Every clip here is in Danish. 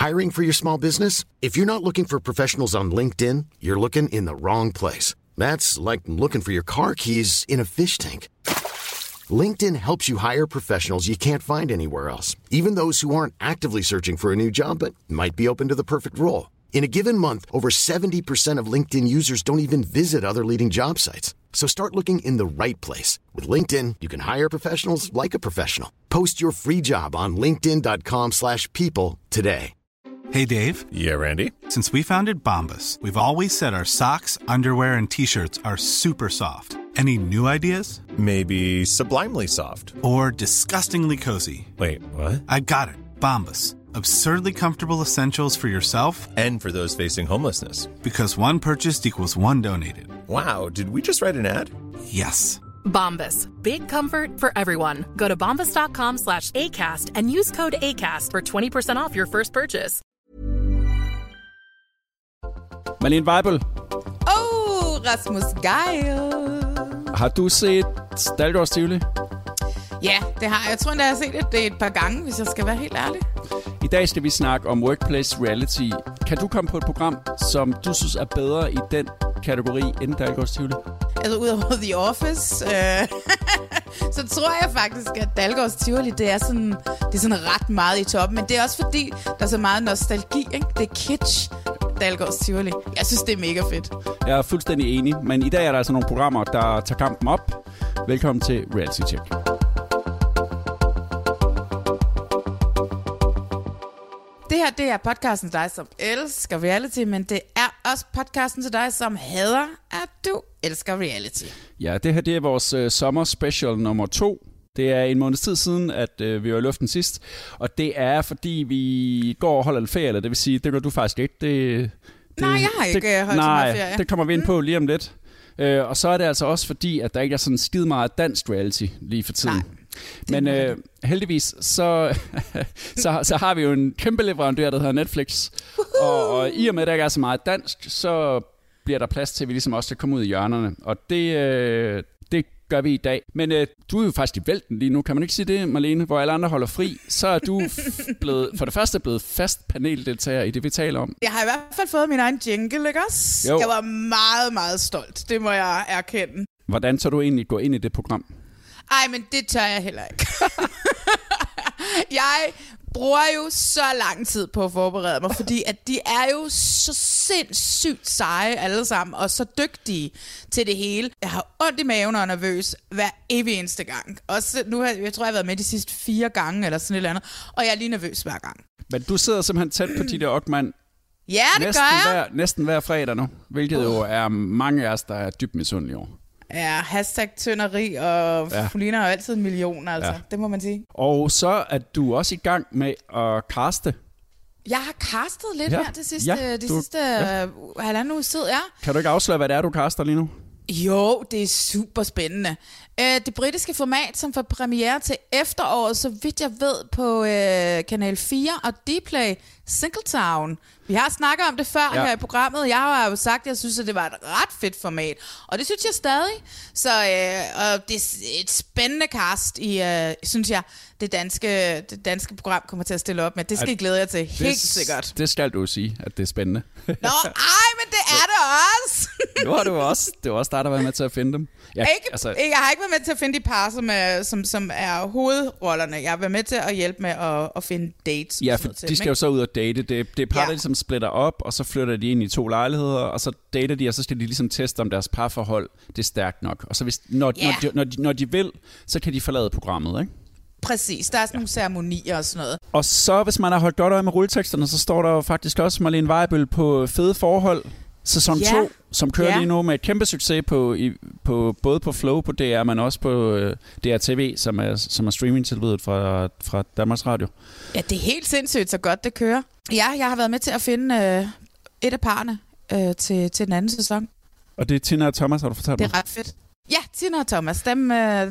Hiring for your small business? If you're not looking for professionals on LinkedIn, you're looking in the wrong place. That's like looking for your car keys in a fish tank. LinkedIn helps you hire professionals you can't find anywhere else, even those who aren't actively searching for a new job but might be open to the perfect role. In a given month, over 70% of LinkedIn users don't even visit other leading job sites. So start looking in the right place. With LinkedIn, you can hire professionals like a professional. Post your free job on linkedin.com/people today. Hey, Dave. Yeah, Randy. Since we founded Bombas, we've always said our socks, underwear, and T-shirts are super soft. Any new ideas? Maybe sublimely soft. Or disgustingly cozy. Wait, what? I got it. Bombas. Absurdly comfortable essentials for yourself and for those facing homelessness. Because one purchased equals one donated. Wow, did we just write an ad? Yes. Bombas. Big comfort for everyone. Go to bombas.com/ACAST and use code ACAST for 20% off your first purchase. Malene Weibel. Rasmus Geil. Har du set Dalgårds Tivoli? Ja, det har jeg. Jeg tror, jeg har set det et par gange, hvis jeg skal være helt ærlig. I dag skal vi snakke om workplace reality. Kan du komme på et program, som du synes er bedre i den kategori end Dalgårds Tivoli? Altså udover The Office, så tror jeg faktisk, at Dalgårds Tivoli, det er sådan ret meget i toppen. Men det er også fordi, der er så meget nostalgi, ikke? Det er kitsch. Dalgårds Tivoli. Jeg synes, det er mega fedt. Jeg er fuldstændig enig, men i dag er der altså nogle programmer, der tager kampen op. Velkommen til Reality Check. Det her, det er podcasten til dig, som elsker reality, men det er også podcasten til dig, som hader, at du elsker reality. Ja, det her, det er vores sommer special nummer 2. Det er en måneds tid siden, at vi var i luften sidst, og det er, fordi vi går og holder en ferie, eller det vil sige, det gør du faktisk ikke. Nej, jeg har ikke holdt så meget ferie. Det kommer vi ind på lige om lidt. Og så er det altså også fordi, at der ikke er sådan skide meget dansk reality lige for tiden. Nej. Men heldigvis, så har vi jo en kæmpe leverandør, der hedder Netflix. Og i og med, at der ikke er så meget dansk, så bliver der plads til, at vi ligesom også skal komme ud i hjørnerne. Og det gør vi i dag. Men du er jo faktisk i vælten lige nu, kan man ikke sige det, Malene? Hvor alle andre holder fri, så er du for det første blevet fast paneldeltager i det, vi taler om. Jeg har i hvert fald fået min egen jingle, ikke også? Jo. Jeg var meget, meget stolt. Det må jeg erkende. Hvordan så du egentlig gå ind i det program? Ej, men det tør jeg heller ikke. Jeg bruger jo så lang tid på at forberede mig, fordi at de er jo så sindssygt seje alle sammen, og så dygtige til det hele. Jeg har ondt i maven og er nervøs hver evig eneste gang. Også nu jeg tror, jeg har været med de sidste 4 gange, eller sådan et eller andet, og jeg er lige nervøs hver gang. Men du sidder simpelthen tæt på de der Ockmann. Ja, det gør jeg. Næsten hver fredag nu, hvilket jo er mange af os, der er dybt misundelige over. Ja, #tynderi, og Folina har jo altid 1 million, altså. Ja. Det må man sige. Og så er du også i gang med at caste. Jeg har castet lidt her det sidste, sidste halvanden uge tid, ja. Kan du ikke afsløre, hvad det er, du caster lige nu? Jo, det er super spændende. Det britiske format, som får premiere til efteråret, så vidt jeg ved, på Kanal 4 og Dplay, Singletown. Vi har snakket om det før her i programmet. Jeg har jo sagt, at jeg synes, at det var et ret fedt format. Og det synes jeg stadig. Så og det er et spændende cast i, synes jeg, det danske program kommer til at stille op med. Det skal I glæde jer til, helt sikkert. Det skal du sige, at det er spændende. Nå, men det er det også. Nu har du også. Det var også dig, der var med til at finde dem. Jeg har ikke været med til at finde de par, som er hovedrollerne. Jeg har været med til at hjælpe med at finde dates. Ja, for de skal jo så ud og date. Det er par, der ligesom splitter op, og så flytter de ind i 2 lejligheder, og så dater de, og så skal de ligesom teste, om deres parforhold det er stærkt nok. Og så når de vil, så kan de forlade programmet, ikke? Præcis, der er sådan nogle ceremonier og sådan noget. Og så, hvis man har holdt godt øje med rulleteksterne, så står der jo faktisk også Malene Weibel på Fede Forhold, sæson 2, som kører lige nu med et kæmpe succes både på Flow på DR, men også på DRTV, som er streamingtilbuddet fra Danmarks Radio. Ja, det er helt sindssygt, så godt det kører. Ja, jeg har været med til at finde et af parerne til den anden sæson. Og det er Tina og Thomas, har du fortalt mig? Det er ret fedt. Ja, Tina og Thomas, dem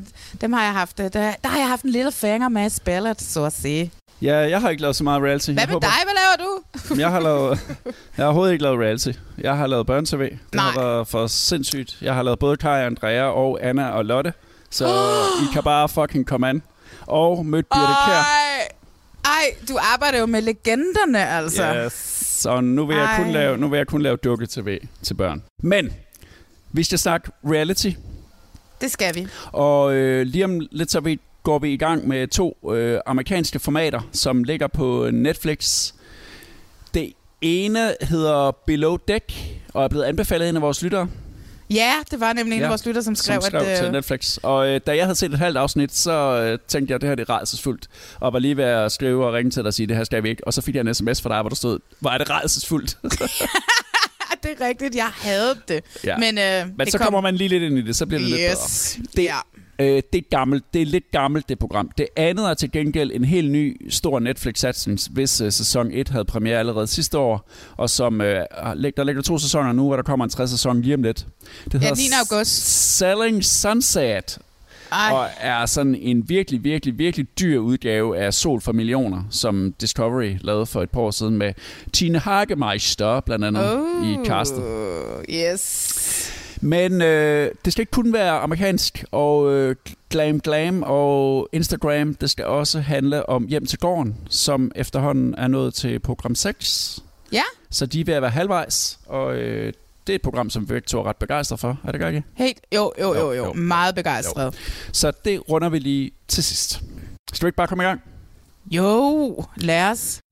har jeg haft. Der har jeg haft en lille finger med i spillet, så at sige. Ja, jeg har ikke lavet så meget reality. Hvad med dig? Hvad laver du? Jeg har overhovedet ikke lavet reality. Jeg har lavet børne-tv. Det har været for sindssygt. Jeg har lavet både Kai, Andrea og Anna og Lotte. Så I kan bare fucking komme an. Og mødt Birte Kjær. Ej, du arbejder jo med legenderne, altså. Yes. Så nu vil jeg kun lave dukke-tv til børn. Men vi skal snakke reality. Det skal vi. Og lige om lidt så går vi i gang med 2 amerikanske formater, som ligger på Netflix. Det ene hedder Below Deck, og er blevet anbefalet af en af vores lyttere. Ja, det var nemlig en af vores lyttere, som skrev til Netflix. Og da jeg havde set et halvt afsnit, så tænkte jeg, at det her det er rædselsfuldt. Og var lige ved at skrive og ringe til dig og sige, det her skal vi ikke. Og så fik jeg en sms fra dig, hvor der stod, var det rædselsfuldt? Det er rigtigt, jeg havde det. Ja. Men så kommer man lige lidt ind i det, så bliver det lidt bedre. Det er lidt gammelt, det program. Det andet er til gengæld en helt ny, stor Netflix-satsning, hvis sæson 1 havde premiere allerede sidste år, og som der ligger 2 sæsoner nu, og der kommer en 3. sæson lige om lidt. Det hedder 9. august. Selling Sunset, og er sådan en virkelig, virkelig, virkelig dyr udgave af Sol for Millioner, som Discovery lavede for et par år siden med Tine Hagemeister, blandt andet i castet. Yes. Men det skal ikke kun være amerikansk og glam og Instagram. Det skal også handle om Hjem til gården, som efterhånden er nået til program 6. Ja. Så de er ved at være halvvejs, og det er et program, som vi to er ret begejstret for. Er det ikke? Helt, jo. Meget begejstret. Jo. Så det runder vi lige til sidst. Skal vi ikke bare komme i gang? Jo, lad os.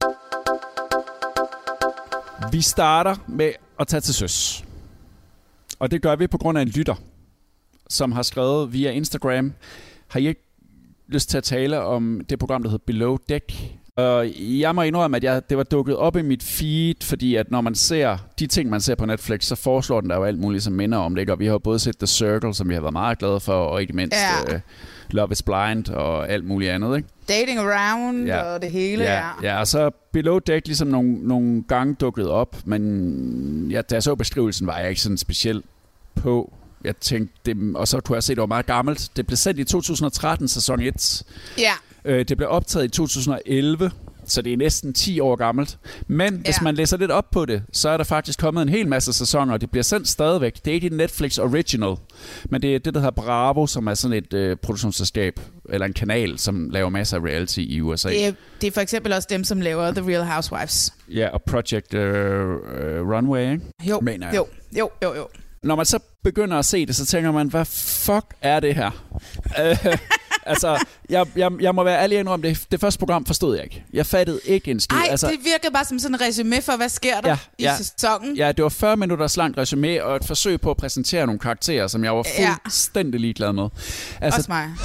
Vi starter med at tage til søs. Og det gør vi på grund af en lytter, som har skrevet via Instagram. Har I ikke lyst til at tale om det program, der hedder Below Deck? Og jeg må indrømme, at det var dukket op i mit feed, fordi at når man ser de ting, man ser på Netflix, så foreslår den der jo alt muligt, som minder om det. Og vi har jo både set The Circle, som vi har været meget glade for, og ikke mindst Love is Blind og alt muligt andet, ikke? Dating Around og det hele, Ja, og så Below Deck ligesom nogle gange dukket op, men da jeg så beskrivelsen, var jeg ikke sådan specielt på. Jeg tænkte, og så kunne jeg se, at det var meget gammelt. Det blev sendt i 2013, sæson 1. Ja. Det blev optaget i 2011, så det er næsten 10 år gammelt. Men hvis man læser lidt op på det, så er der faktisk kommet en hel masse sæsoner, og det bliver sendt stadigvæk. Det er ikke en Netflix Original, men det er det, der hedder Bravo, som er sådan et produktionsselskab, eller en kanal, som laver masser af reality i USA. Det er for eksempel også dem, som laver The Real Housewives. Ja, og Project Runway, ikke? Jo. Når man så begynder at se det, så tænker man, hvad fuck er det her? Altså, jeg må være ærlig indrømme, det første program forstod jeg ikke. Jeg fattede ikke en skid. Det virkede bare som sådan en resume for, hvad sker der i sæsonen. Ja, det var 40 minutters langt resume, og et forsøg på at præsentere nogle karakterer, som jeg var fuldstændig ligeglad med. Altså, også mig.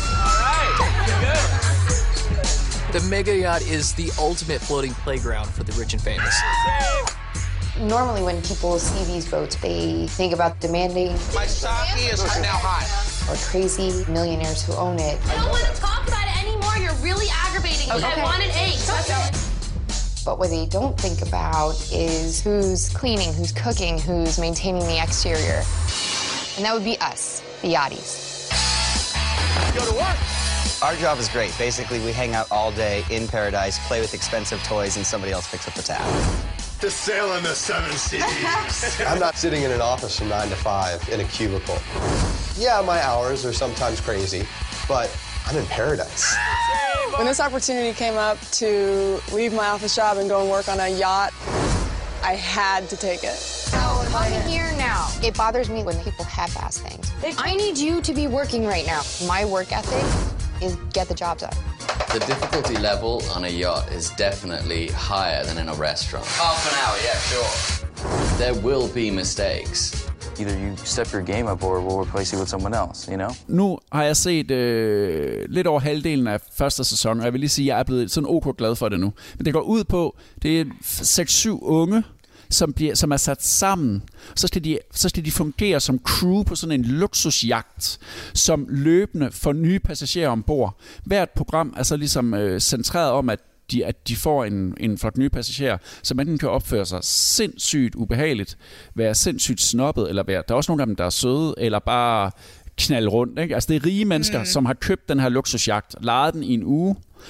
The mega yacht is the ultimate floating playground for the rich and famous. Normally when people see these boats, they think about demanding... My sake is now hot. ...or crazy millionaires who own it. I don't want to talk about it anymore. You're really aggravating me. I wanted eggs. That's it. But what they don't think about is who's cleaning, who's cooking, who's maintaining the exterior. And that would be us, the yachties. Go to work. Our job is great. Basically, we hang out all day in paradise, play with expensive toys, and somebody else picks up the tab. To sail in the 7 seas. I'm not sitting in an office from 9 to 5 in a cubicle. Yeah, my hours are sometimes crazy, but I'm in paradise. When this opportunity came up to leave my office job and go and work on a yacht, I had to take it. Come here now. It bothers me when people half-ass things. I need you to be working right now. My work ethic is get the job done. The difficulty level on a yacht is definitely higher than in a restaurant. Half an hour, yeah, sure. There will be mistakes. Either you step your game up or we'll replace you with someone else, you know? Nu har jeg set lidt over halvdelen af første sæson, og jeg vil lige sige, at jeg er blevet sådan ok glad for det nu. Men det går ud på, det er 6-7 unge, som er sat sammen. Så skal de fungere som crew på sådan en luksusjagt, som løbende får nye passagerer ombord. Hvert program er så ligesom centreret om, at de får en flok nye passagerer, som enten kan opføre sig sindssygt ubehageligt, være sindssygt snobbet, eller der er også nogle af dem, der er søde, eller bare knalde rundt. Ikke? Altså det er rige mennesker, som har købt den her luksusjagt, lejet den i en uge,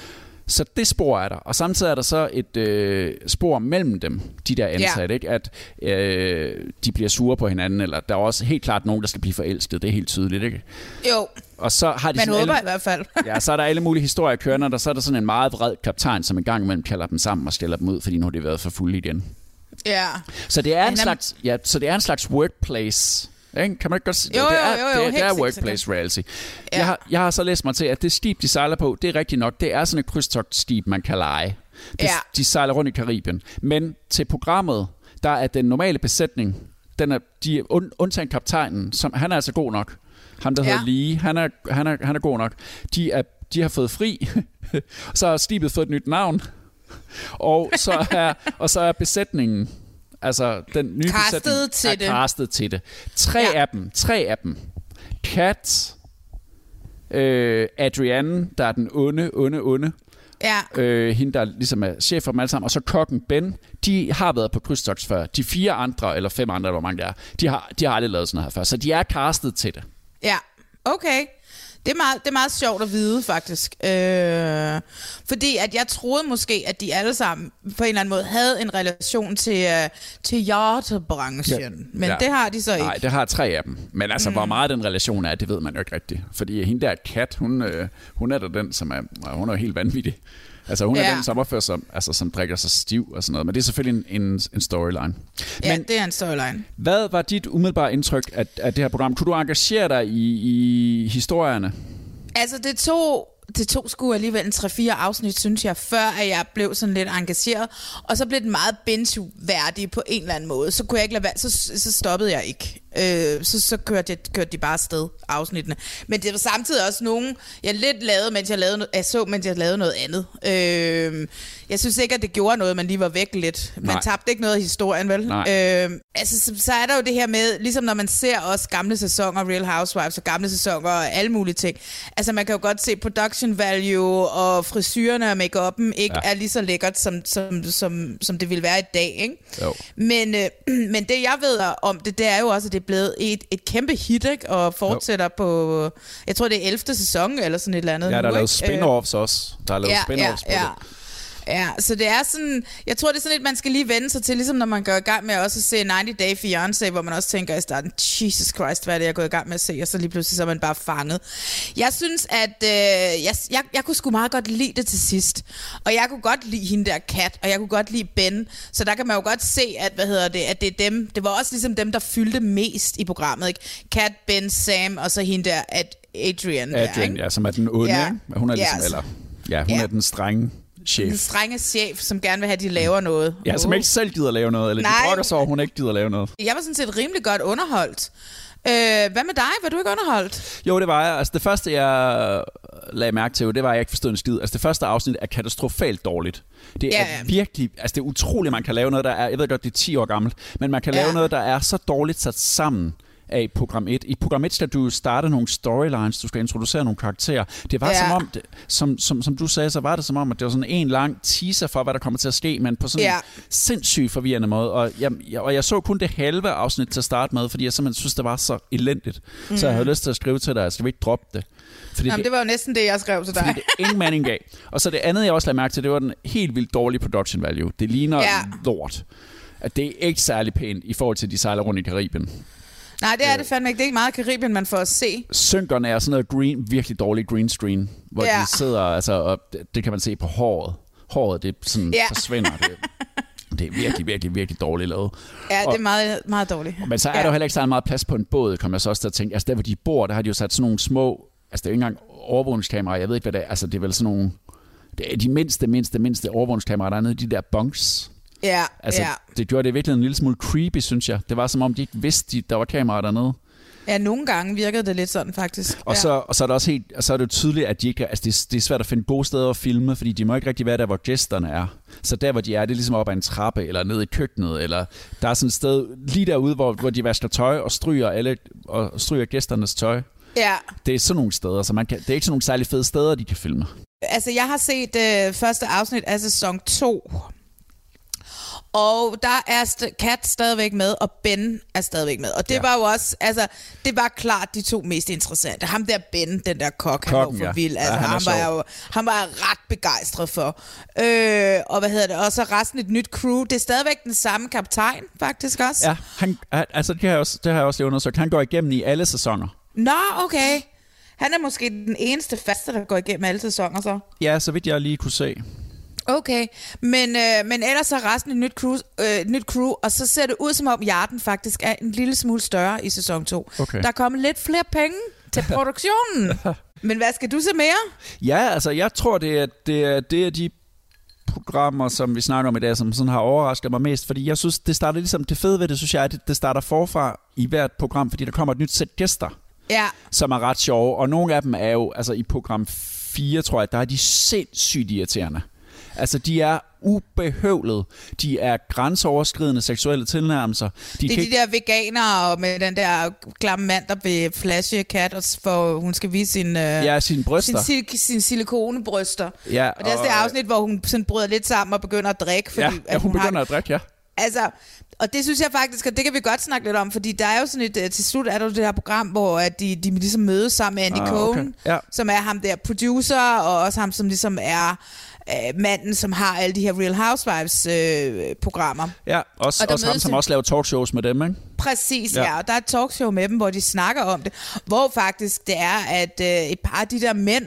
Så det spor er der. Og samtidig er der så et spor mellem dem, de der ansatte, ikke? At de bliver sure på hinanden, eller der er også helt klart nogen, der skal blive forelsket. Det er helt tydeligt, ikke? Jo. Og så har de man håber i hvert fald. Ja, så er der alle mulige historier kørende, og så er der sådan en meget vred kaptajn, som en gang imellem kalder dem sammen og stiller dem ud, fordi nu har de været for fulde igen. Ja. Så det er en slags workplace. Ikke? Kan man ikke godt sige? Jo, det er workplace reality. Ja. Jeg har så læst mig til, at det skib, de sejler på, det er rigtigt nok. Det er sådan et krydstogtskib, man kan leje. De sejler rundt i Karibien. Men til programmet, der er den normale besætning, de er undtagen kaptajnen, som han er altså god nok. Ham, der hedder Lee, han er god nok. De har fået fri. Så har skibet fået et nyt navn. Og så er besætningen, altså den nye besætning, er castet til det. Tre af dem. Kat, Adrienne, der er den onde. Ja. Hende, der ligesom er chef for dem alle sammen. Og så kokken Ben, de har været på krydstogt før. De 4 andre, eller 5 andre, hvor mange der er, de har aldrig lavet sådan noget her før. Så de er castet til det. Ja, okay. Det er meget sjovt at vide, faktisk. Fordi at jeg troede måske, at de alle sammen på en eller anden måde havde en relation til yachtbranchen. Men det har de så ikke. Nej, det har 3 af dem. Men altså, hvor meget den relation er, det ved man jo ikke rigtigt. Fordi hende der Kat, hun er da den, som hun er helt vanvittig. Altså hun er den, som opfører sig, som drikker sig stiv og sådan noget. Men det er selvfølgelig en storyline. Ja, det er en storyline. Hvad var dit umiddelbare indtryk af det her program? Kunne du engagere dig i historierne? Altså det tog sgu alligevel en 3-4 afsnit, synes jeg, før at jeg blev sådan lidt engageret. Og så blev den meget binge-værdig på en eller anden måde. Så kunne jeg ikke lade være, så stoppede jeg ikke. Så kørte de bare afsted, afsnittene. Men det var samtidig også nogen, jeg lidt lavede, mens jeg lavede noget andet. Jeg synes ikke, at det gjorde noget, man lige var væk lidt. Man tabte ikke noget af historien, vel? Så er der jo det her med, ligesom når man ser også gamle sæsoner, Real Housewives og gamle sæsoner og alle mulige ting. Altså man kan jo godt se production value og frisyrerne og make-up'en ikke er lige så lækkert, som det ville være i dag, ikke? Jo. Men det jeg ved om det er jo også, at det er blevet et kæmpe hit, ikke? Og fortsætter på, jeg tror det er 11. sæson eller sådan et eller andet. Ja, der er lavet spin-offs også. Der er lavet spin-offs på det. Ja, så det er sådan, jeg tror det er sådan lidt, man skal lige vende sig til, ligesom når man går i gang med også at se 90 Day Fiancé, hvor man også tænker i starten, Jesus Christ, hvad er det, jeg er gået i gang med at se, og så lige pludselig så er man bare fanget. Jeg synes, at jeg kunne sgu meget godt lide det til sidst, og jeg kunne godt lide hende der Kat, og jeg kunne godt lide Ben, så der kan man jo godt se, at at det er dem, det var også ligesom dem, der fyldte mest i programmet, ikke? Kat, Ben, Sam, og så hende der Adrienne, ja, som er den onde, ikke? Hun er ligesom, hun er den strenge chef. Den strenge chef, som gerne vil have, at de laver noget. Ja, som ikke selv gider lave noget, eller de brokker sig over, hun ikke gider lave noget. Jeg var sådan set rimelig godt underholdt. Hvad med dig? Var du ikke underholdt? Jo, det var jeg. Altså det første, jeg lagde mærke til, det var, at jeg ikke forstod en skid. Altså det første afsnit er katastrofalt dårligt. Det er virkelig, altså det er utroligt, man kan lave noget, der er, jeg ved godt, det er 10 år gammelt, men man kan lave noget, der er så dårligt sat sammen af program 1. I program 1 skal du starte nogle storylines, du skal introducere nogle karakterer. Det var som om, som du sagde, så var det som om, at det var sådan en lang teaser for, hvad der kommer til at ske, men på sådan en sindssygt forvirrende måde. Og jeg så kun det halve afsnit til at starte med, fordi jeg simpelthen synes, det var så elendigt. Så jeg havde lyst til at skrive til dig, at skal vi ikke droppe det? Fordi det var jo næsten det, jeg skrev til dig. Fordi det ingen mening gav. Og så det andet, jeg også lagde mærke til, det var den helt vildt dårlige production value. Det ligner lort. At det er ikke særlig pænt i forhold til, at de sejler rundt i Karibien. Nej, det er det fandme ikke. Det er ikke meget Karibien, man får at se. Synkerne er sådan noget virkelig dårlig green screen, hvor de sidder, altså, og det kan man se på håret. Håret, det sådan forsvinder. Det er virkelig, virkelig, virkelig dårligt lavet. Ja, det er meget, meget dårligt. Men så er der jo heller ikke så meget plads på en båd, kommer jeg så også til at tænke. Altså der, hvor de bor, der har de jo sat sådan nogle små, altså det er jo ikke engang overvågningskameraer, jeg ved ikke, hvad det er. Altså det er vel sådan nogle, det er de mindste overvågningskameraer, der er nede i de der bunks. Ja, det gjorde det virkelig en lille smule creepy, synes jeg. Det var som om, de ikke vidste, der var kameraer dernede. Ja, nogle gange virkede det lidt sådan, faktisk. Og så er det også så er det jo tydeligt, at de ikke, altså det er svært at finde gode steder at filme, fordi de må ikke rigtig være der, hvor gæsterne er. Så der, hvor de er, det er ligesom op ad en trappe, eller nede i køkkenet, eller der er sådan et sted lige derude, hvor de vasker tøj og stryger gæsternes tøj. Ja. Det er sådan nogle steder, så det er ikke sådan nogle særlig fede steder, de kan filme. Altså, jeg har set første afsnit af sæson 2. Og der er Kat stadigvæk med, og Ben er stadigvæk med. Og det var jo også, altså, det var klart de to mest interessante. Ham der Ben, den der kok, han var for vild. Altså, han var ret begejstret for. Og hvad hedder det? Og så resten et nyt crew. Det er stadigvæk den samme kaptajn, faktisk også. Ja, det har jeg også undersøgt. Han går igennem i alle sæsoner. Nå, okay. Han er måske den eneste faste, der går igennem alle sæsoner, så. Ja, så vidt jeg lige kunne se. Okay, men ellers er resten et nyt crew, og så ser det ud som om hjerten faktisk er en lille smule større i sæson 2. Okay. Der er kommet lidt flere penge til produktionen. Men hvad skal du se mere? Ja, altså jeg tror, det er de programmer, som vi snakker om i dag, som sådan har overrasket mig mest, fordi jeg synes, det starter ligesom, det fede ved det, synes jeg, at det starter forfra i hvert program, fordi der kommer et nyt sæt gæster, som er ret sjove, og nogle af dem er jo, altså i program 4, tror jeg, der er de sindssygt irriterende. Altså, de er ubehøvlet. De er grænseoverskridende seksuelle tilnærmelser. Det er de der veganere med den der klamme mand, der vil flashe Kat, for hun skal vise sine bryster. Sin silikonebryster. Ja, og det er også det afsnit, hvor hun sådan bryder lidt sammen og begynder at drikke. Fordi, ja, hun begynder at drikke, ja. Altså, og det synes jeg faktisk, og det kan vi godt snakke lidt om, fordi der er jo sådan et, til slut er der det her program, hvor de ligesom mødes sammen med Andy Cohen, som er ham der producer, og også ham, som ligesom er manden, som har alle de her Real Housewives programmer. Ja, også ham, som også laver talkshows med dem, ikke? Præcis, ja. Og der er et talkshow med dem, hvor de snakker om det, hvor faktisk det er, at et par af de der mænd,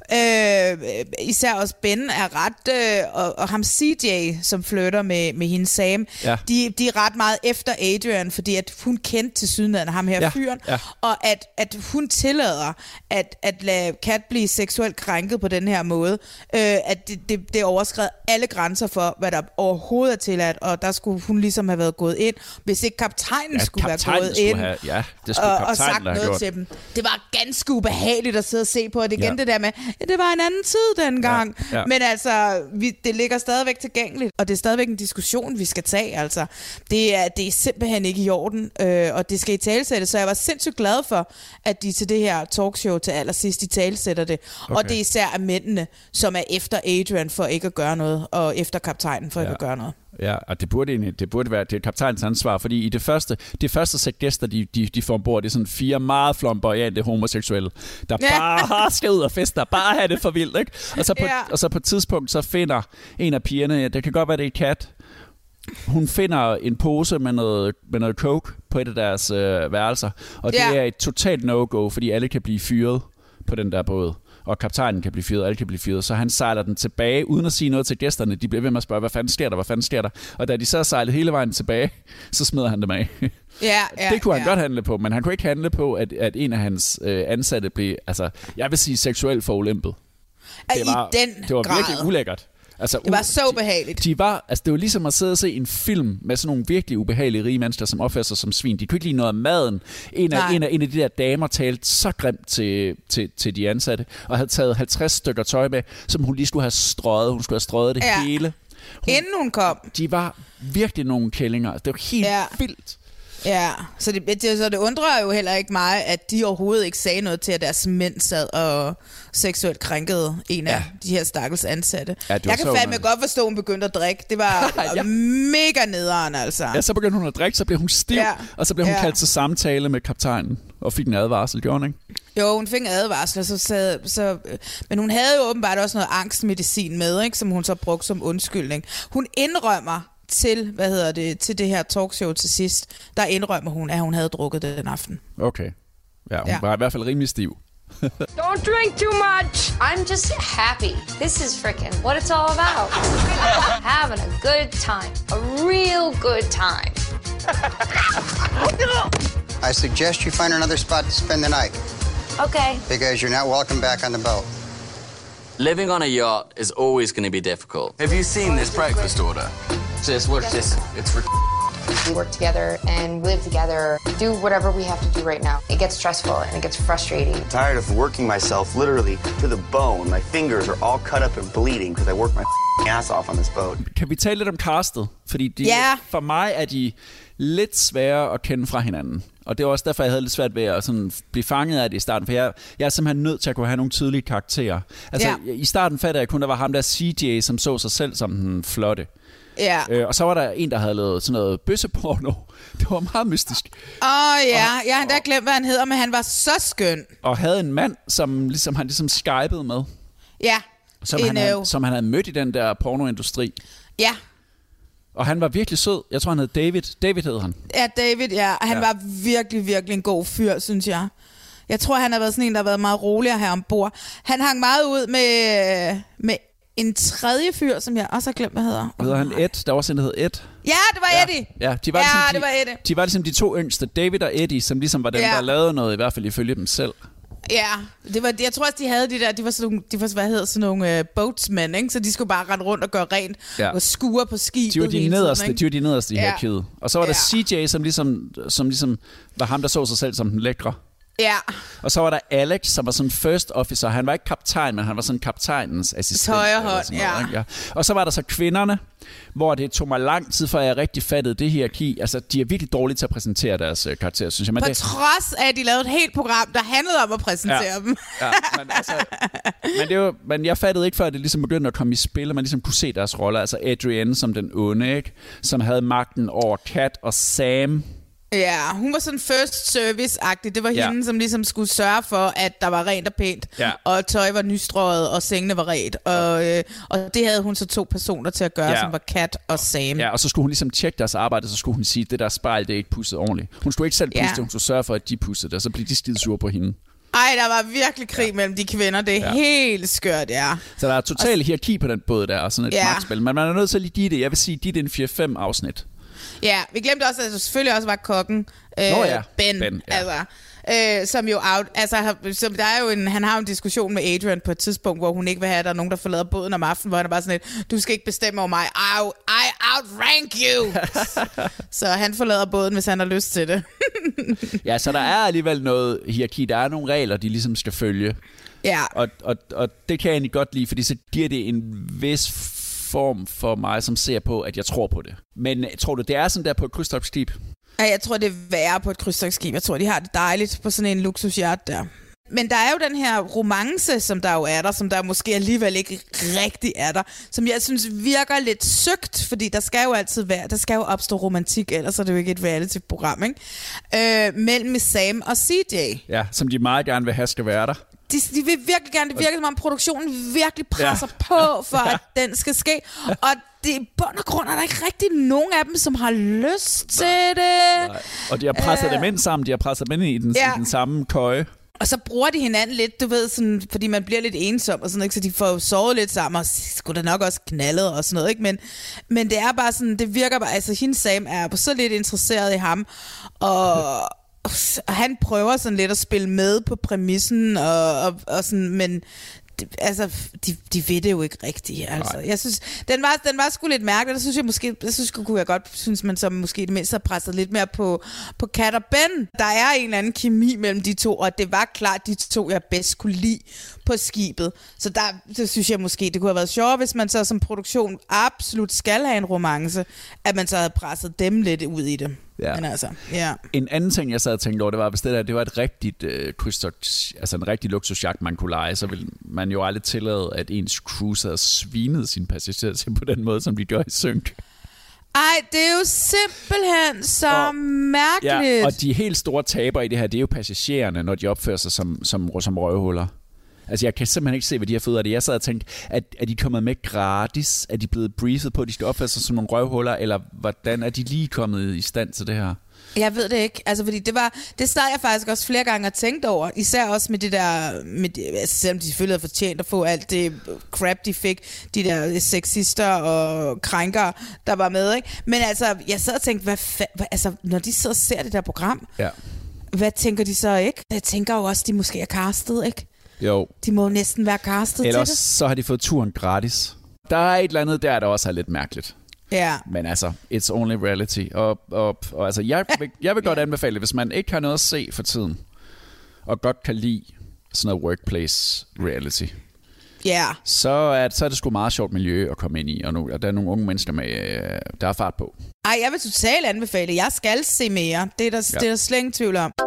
især også Ben, er ret, og ham CJ, som flytter med hende Sam, de er ret meget efter Adrian, fordi at hun kendte til sydenlandet ham her fyren, og at hun tillader at lade Kat blive seksuelt krænket på den her måde, at det overskred alle grænser for, hvad der overhovedet er tilladt, og der skulle hun ligesom have været gået ind, hvis ikke kaptajnen skulle være gået ind og sagt noget til dem. Det var ganske ubehageligt at sidde og se på, og det igen det der med, det var en anden tid dengang. Men altså, det ligger stadigvæk tilgængeligt, og det er stadigvæk en diskussion, vi skal tage. Altså, det er simpelthen ikke i orden, og det skal i talesætte, så jeg var sindssygt glad for, at de til det her talkshow til allersidst i talesætter det. Okay. Og det er især af mændene, som er efter Adrian for ikke at gøre noget, og efter kaptajnen for ikke at gøre noget. Ja, og det burde være det kaptajnens ansvar, fordi i det første sæt gæster, de får ombord, det er sådan 4 meget flamboyante homoseksuelle, der bare skal ud og fester, bare have det for vildt, ikke? Og så på et tidspunkt, så finder en af pigerne, det kan godt være, det er Kat, hun finder en pose med noget coke på et af deres værelser, og det er et totalt no-go, fordi alle kan blive fyret på den der båd. Og kaptajnen kan blive fyret, alle kan blive fyret, så han sejler den tilbage, uden at sige noget til gæsterne. De bliver ved med at spørge, hvad fanden sker der? Og da de så sejlede hele vejen tilbage, så smider han dem af. Det kunne han godt handle på, men han kunne ikke handle på, at en af hans ansatte blev, altså, jeg vil sige, seksuelt forulempet. Det var virkelig ulækkert. Altså, det var så behageligt. Det var ligesom at sidde og se en film med sådan nogle virkelig ubehagelige rige mennesker, som opfører sig som svin. De kunne ikke lide noget af maden. En af de der damer talte så grimt til de ansatte, og havde taget 50 stykker tøj med, som hun lige skulle have strøget. Hun skulle have strøget det hele. Inden hun kom. De var virkelig nogle kællinger. Det var helt vildt. Ja, så det undrer jo heller ikke mig, at de overhovedet ikke sagde noget til, at deres mænd sad og seksuelt krænkede en af de her stakkels ansatte. Ja, jeg kan fandme godt forstå, at hun begyndte at drikke. Det var mega nederen, altså. Ja, så begyndte hun at drikke, så blev hun stiv, og så blev hun kaldt til samtale med kaptajnen, og fik en advarsel, gjorde hun ikke? Jo, hun fik en advarsel, men hun havde jo åbenbart også noget angstmedicin med, ikke, som hun så brugte som undskyldning. Hun indrømmer til det her talkshow til sidst, der indrømmer hun, at hun havde drukket den aften. Okay. Ja, hun var i hvert fald rimelig stiv. Don't drink too much. I'm just happy. This is frickin' what it's all about. Having a good time. A real good time. I suggest you find another spot to spend the night. Okay. Because you're not welcome back on the boat. Living on a yacht is always going to be difficult. Have you seen this breakfast order? Sis, what's this? It's We work together and live together, do whatever we have to do right now. It gets stressful and it gets frustrating. I'm tired of working myself literally to the bone. My fingers are all cut up and bleeding because I work my ass off on this boat. Kan vi tale lidt om castet? Fordi for mig er de lidt svære at kende fra hinanden. Og det var også derfor, jeg havde lidt svært ved at sådan blive fanget af det i starten. For jeg er simpelthen nødt til at kunne have nogle tydelige karakterer. Altså, i starten fattede jeg kun, der var ham der CJ, som så sig selv som den flotte. Ja. Og så var der en, der havde lavet sådan noget bøsseporno. Det var meget mystisk. Jeg har endda glemt, hvad han hedder, men han var så skøn. Og havde en mand, som han skybede med. Ja. Som han havde mødt i den der pornoindustri. Ja. Og han var virkelig sød. Jeg tror, han hed David. David hed han. Ja, David, ja. Han var virkelig, virkelig en god fyr, synes jeg. Jeg tror, han har været sådan en, der har været meget roligere her ombord. Han hang meget ud med en tredje fyr, som jeg også har glemt, hvad hedder. Hedder han Ed? Der var også en, der hed Ed. Ja, det var Eddie. Ja, det var Eddie. De var ligesom de to yngste, David og Eddie, som ligesom var dem, der lavede noget, i hvert fald ifølge dem selv. Ja, jeg tror også, de havde de der, de var hvad hedder sådan nogle boatsmen, ikke? Så de skulle bare rende rundt og gøre rent og skure på skibet. De var de nederste i hierarkiet. Og så var der CJ, som ligesom var ham, der så sig selv som den lækre. Ja. Og så var der Alex, som var sådan first officer. Han var ikke kaptajn, men han var sådan kaptajnens assistent. Højre hånd, ja. Og så var der så kvinderne, hvor det tog mig lang tid, før jeg rigtig fattede det hierarki. Altså, de er virkelig dårlige til at præsentere deres karakterer, synes jeg. Men trods af, at de lavede et helt program, der handlede om at præsentere dem. Ja, men jeg fattede ikke, før det ligesom begyndte at komme i spil, og man ligesom kunne se deres roller. Altså Adrienne som den onde, ikke? Som havde magten over Kat og Sam. Ja, hun var sådan first service-agtig. Det var hende, som ligesom skulle sørge for, at der var rent og pænt, og tøj var nystrøget, og sengene var ret. Og det havde hun så 2 personer til at gøre, som var Kat og Sam. Ja, og så skulle hun ligesom tjekke deres arbejde, så skulle hun sige, at det der spejl, det er ikke pudset ordentligt. Hun skulle ikke selv pusse det, hun skulle sørge for, at de pudsede det, og så blev de skide sure på hende. Ej, der var virkelig krig mellem de kvinder. Det er helt skørt, Så der er total hierarki på den båd der, og sådan et magtspil. Men man er nødt til at lige give det. Jeg vil sige, de er en 4-5 afsnit. Ja, vi glemte også, at der selvfølgelig også var kokken, Ben, som jo som der er jo han har en diskussion med Adrian på et tidspunkt, hvor hun ikke vil have, at der er nogen, der forlader båden om aftenen, hvor han er bare sådan lidt, du skal ikke bestemme over mig, I outrank you. Så han forlader båden, hvis han har lyst til det. Ja, så der er alligevel noget hierarki, der er nogle regler, de ligesom skal følge. Ja. Og det kan jeg egentlig godt lide, fordi så giver det en vis form for mig, som ser på, at jeg tror på det. Men tror du, det er sådan der på et krydstogtskib? Ja, jeg tror, det er værre på et krydstogtskib. Jeg tror, de har det dejligt på sådan en luksusyacht der. Men der er jo den her romance, som der jo er der, som der måske alligevel ikke rigtig er der, som jeg synes virker lidt søgt, fordi der skal jo altid opstå romantik, ellers er det jo ikke et reality-program, ikke? Mellem Sam og CJ. Ja, som de meget gerne vil have skal være der. De vil virkelig gerne, det virker som om produktionen virkelig presser på, for at den skal ske. Og det i bund og grund er der ikke rigtig nogen af dem, som har lyst til det. Nej. Og de har presset dem ind sammen, de har presset dem ind i den samme køje. Og så bruger de hinanden lidt, du ved, sådan, fordi man bliver lidt ensom og sådan noget, så de får sovet lidt sammen, og skulle da nok også knaldet og sådan noget, ikke? Men det er bare sådan, det virker bare, altså hende Sam er så lidt interesseret i ham, og han prøver sådan lidt at spille med på præmissen, og sådan, men de ved det jo ikke rigtigt. Altså. Jeg synes, den var sgu lidt mærkelig. Kunne jeg godt synes, man så måske det mindste har presset lidt mere på Kat og Ben. Der er en eller anden kemi mellem de to, og det var klart de to, jeg bedst kunne lide på skibet. Så der synes jeg måske, det kunne have været sjovt, hvis man så som produktion absolut skal have en romance, at man så havde presset dem lidt ud i det. Ja. Men altså, ja. En anden ting, jeg sad og tænkte over, det var, hvis det var et rigtigt altså en rigtig luksusjagt, man kunne lege, så ville man jo aldrig tillade, at ens cruise havde svinet sine passagerer til på den måde, som de gør i synk. Ej, det er jo simpelthen så mærkeligt. Ja, og de helt store taber i det her, det er jo passagererne, når de opfører sig som røvhuller. Altså, jeg kan simpelthen ikke se, hvad de har fået af det. Jeg sad og tænkte, er de kommet med gratis? Er de blevet briefet på, at de skal opføre sig som nogle røvhuller? Eller hvordan er de lige kommet i stand til det her? Jeg ved det ikke. Altså, fordi det sad jeg faktisk også flere gange og tænkte over. Især også med det der, altså selvom de selvfølgelig havde fortjent at få alt det crap, de fik. De der sexister og krænkere, der var med, ikke? Men altså, jeg sad og tænkte, altså, når de sidder og ser det der program, hvad tænker de så ikke? Jeg tænker jo også, de måske er castet, ikke? Jo. De må næsten være castet ellers til det. Så har de fået turen gratis. Der er et eller andet der også er lidt mærkeligt. Ja. Men altså, it's only reality. Og altså, jeg vil godt anbefale, hvis man ikke har noget at se for tiden, og godt kan lide sådan noget workplace reality, så er det sgu meget sjovt miljø at komme ind i. Og der er nogle unge mennesker med, der er fart på. Ej, jeg vil totalt anbefale. Jeg skal se mere. Det er der slet ingen tvivl om.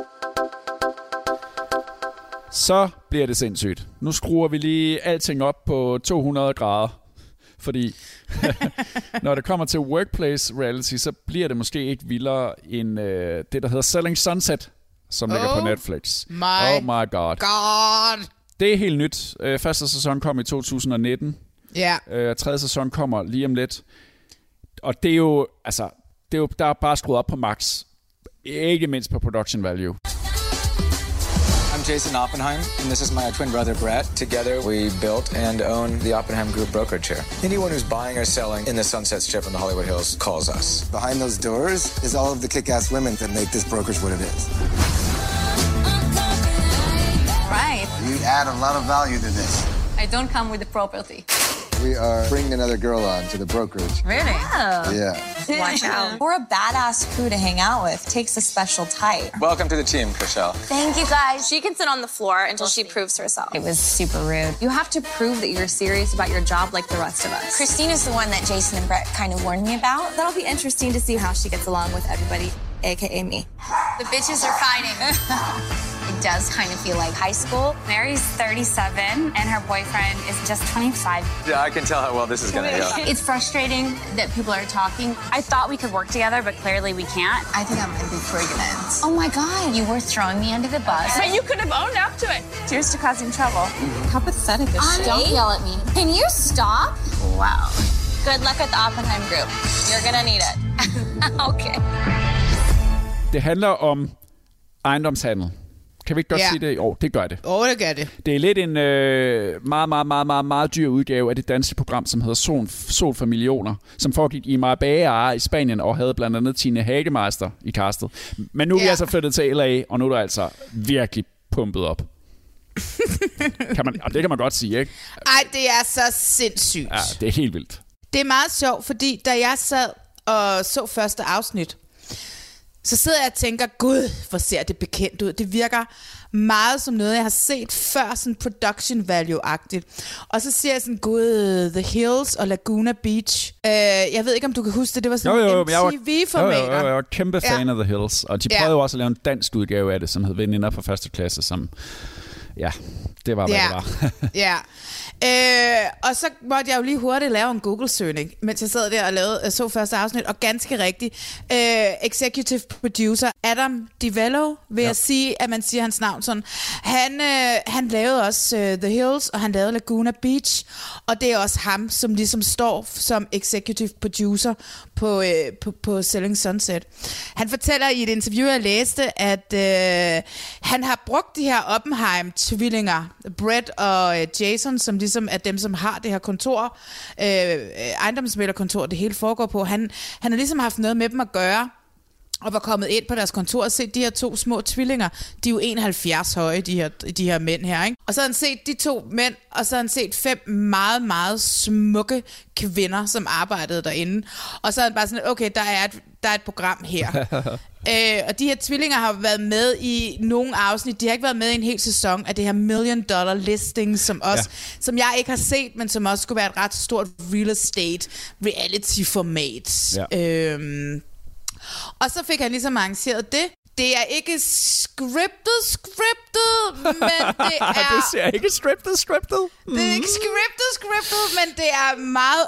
Så bliver det sindssygt. Nu skruer vi lige alting op på 200 grader. Fordi når det kommer til workplace reality, så bliver det måske ikke vildere end det, der hedder Selling Sunset, som ligger på Netflix. Oh my god. Det er helt nyt. Første sæson kom i 2019. Ja. Tredje sæson kommer lige om lidt. Og det er jo, der er bare skruet op på max. Ikke mindst på production value. I'm Jason Oppenheim, and this is my twin brother Brett. Together, we built and own the Oppenheim Group brokerage here. Anyone who's buying or selling in the Sunset Strip in the Hollywood Hills calls us. Behind those doors is all of the kick-ass women that make this brokerage what it is. Right. You add a lot of value to this. I don't come with the property. We are bringing another girl on to the brokerage. Really? Oh. Yeah. Watch out. We're a badass crew to hang out with. Takes a special type. Welcome to the team, Chriselle. Thank you, guys. She can sit on the floor until she proves herself. It was super rude. You have to prove that you're serious about your job like the rest of us. Christine is the one that Jason and Brett kind of warned me about. That'll be interesting to see how she gets along with everybody, a.k.a. me. The bitches are fighting. It does kind of feel like high school. Mary's 37 and her boyfriend is just 25. Yeah, I can tell how well this is gonna go. It's frustrating that people are talking. I thought we could work together, but clearly we can't. I think I'm gonna be pregnant. Oh my God, you were throwing me under the bus. But you could have owned up to it. Cheers to causing trouble. How pathetic is she? Don't yell at me. Can you stop? Wow. Good luck with the Oppenheim Group. You're gonna need it. Okay. Det handler om ejendomshandel. Kan vi ikke godt sige det? Jo, det gør det. Det gør det. Det er lidt en meget dyr udgave af det danske program, som hedder Sol for Millioner, som foregik i Marbella i Spanien, og havde blandt andet Tine Hagemeister i castet. Men nu er vi altså flyttet til LA, og nu er der altså virkelig pumpet op. Det kan man godt sige, ikke? Ej, det er så sindssygt. Ja, det er helt vildt. Det er meget sjovt, fordi da jeg sad og så første afsnit, så sidder jeg og tænker, gud, hvor ser det bekendt ud. Det virker meget som noget, jeg har set før, sådan production value-agtigt. Og så ser jeg sådan, gud, The Hills og Laguna Beach. Jeg ved ikke, om du kan huske det. Det var sådan MTV-formater. Jeg var kæmpe fan af The Hills. Og de prøvede jo også at lave en dansk udgave af det, som hed Veninder fra første klasse, som... Ja, det var, hvad det var. Ja. Og så måtte jeg jo lige hurtigt lave en Google-søgning, mens jeg sad der og så første afsnit, og ganske rigtigt. Executive producer Adam DiVello, vil jeg sige, at man siger hans navn sådan. Han lavede også The Hills, og han lavede Laguna Beach, og det er også ham, som ligesom står som executive producer på Selling Sunset. Han fortæller i et interview, jeg læste, at han har brugt de her Oppenheim-tvillinger, Brett og Jason, som ligesom er dem, som har det her kontor, ejendomsmæglerkontor, det hele foregår på. Han har ligesom haft noget med dem at gøre, og var kommet ind på deres kontor og set de her to små tvillinger. De er jo 71 høje, de her mænd her, ikke? Og så har han set de to mænd, og så har han set 5 meget, meget smukke kvinder, som arbejdede derinde. Og så er han bare sådan, okay, der er et program her. Og de her tvillinger har været med i nogle afsnit. De har ikke været med i en hel sæson af det her $1 million listing, som jeg ikke har set, men som også skulle være et ret stort real estate reality format. Ja. Og så fik han ligesom arrangeret det. Det er ikke scripted, men det er... Det er ikke scripted. Det er ikke scripted, men det er meget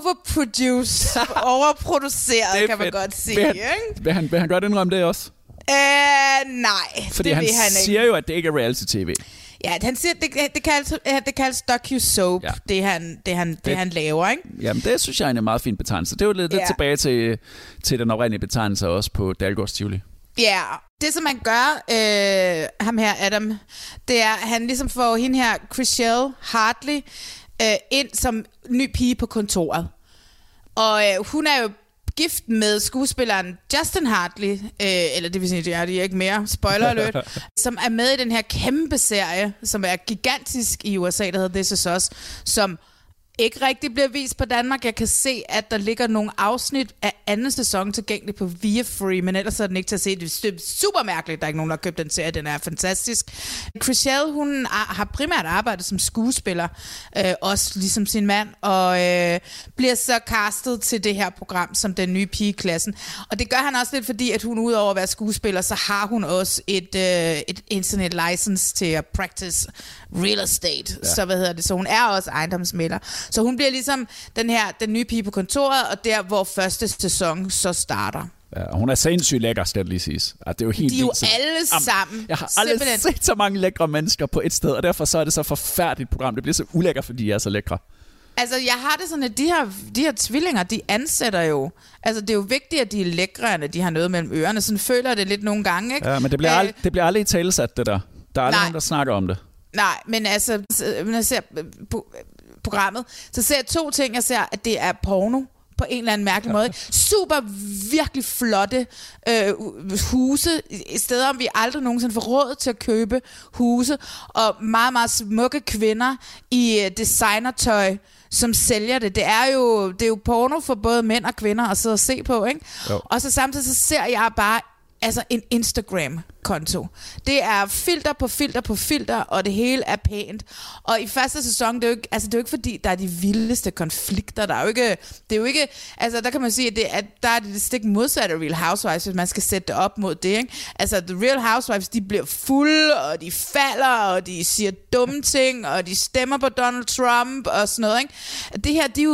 overproduceret, kan man godt sige. Vil han godt indrømme det også? Nej, fordi det han vil han ikke. siger jo, at det ikke er reality-tv. Ja, han siger, det kaldes docu-soap, det han laver, ikke? Jamen, det synes jeg er en meget fin betegnelse. Det er jo lidt tilbage til den oprindelige betegnelse også på Dalgårds Tivoli. Ja, det som han gør, ham her Adam, det er, at han ligesom får hende her, Chriselle Hartley, ind som ny pige på kontoret. Og hun er jo gift med skuespilleren Justin Hartley, eller det vil sige, det er ikke mere, spoiler alert, som er med i den her kæmpe serie, som er gigantisk i USA, der hedder This Is Us, som ikke rigtig bliver vist på Danmark. Jeg kan se, at der ligger nogle afsnit af anden sæson tilgængeligt på Viafree, men ellers er den ikke til at se. Det er super mærkeligt, der er ikke nogen, der har købt den serie. Den er fantastisk. Chriselle, hun har primært arbejdet som skuespiller, også ligesom sin mand, og bliver så castet til det her program som den nye pige i klassen. Og det gør han også lidt, fordi at hun udover at være skuespiller, så har hun også et internet license til at practice real estate. Ja. Så så hun er også ejendomsmægler. Så hun bliver ligesom den nye pige på kontoret, og der, hvor første sæson så starter. Ja, hun er sindssygt lækker, skal det lige siges. Det er jo helt de er jo alle sammen. Jeg har aldrig set så mange lækre mennesker på et sted, og derfor så er det så forfærdeligt program. Det bliver så ulækkert, fordi de er så lækre. Altså, jeg har det sådan, at de her tvillinger, de ansætter jo... Altså, det er jo vigtigt, at de er lækre, at de har noget mellem ørerne. Sådan føler jeg det lidt nogle gange, ikke? Ja, men det bliver aldrig i talesat, det der. Der er aldrig nogen, der snakker om det. Nej, men altså, når jeg ser programmet, så ser jeg 2 ting. Jeg ser, at det er porno på en eller anden mærkelig måde. Super, virkelig flotte huse, steder, om vi aldrig nogensinde får råd til at købe huse, og meget, meget smukke kvinder i designertøj, som sælger det. Det er jo porno for både mænd og kvinder at sidde og se på, ikke? Jo. Og så samtidig så ser jeg bare en Instagram-konto. Det er filter på filter på filter, og det hele er pænt. Og i første sæson, det er jo ikke fordi, der er de vildeste konflikter. Det er jo ikke, altså der kan man sige, at der er det stik modsatte af Real Housewives, hvis man skal sætte det op mod det, ikke? Altså, The Real Housewives, de bliver fulde, og de falder, og de siger dumme ting, og de stemmer på Donald Trump, og sådan noget, ikke? Det her, de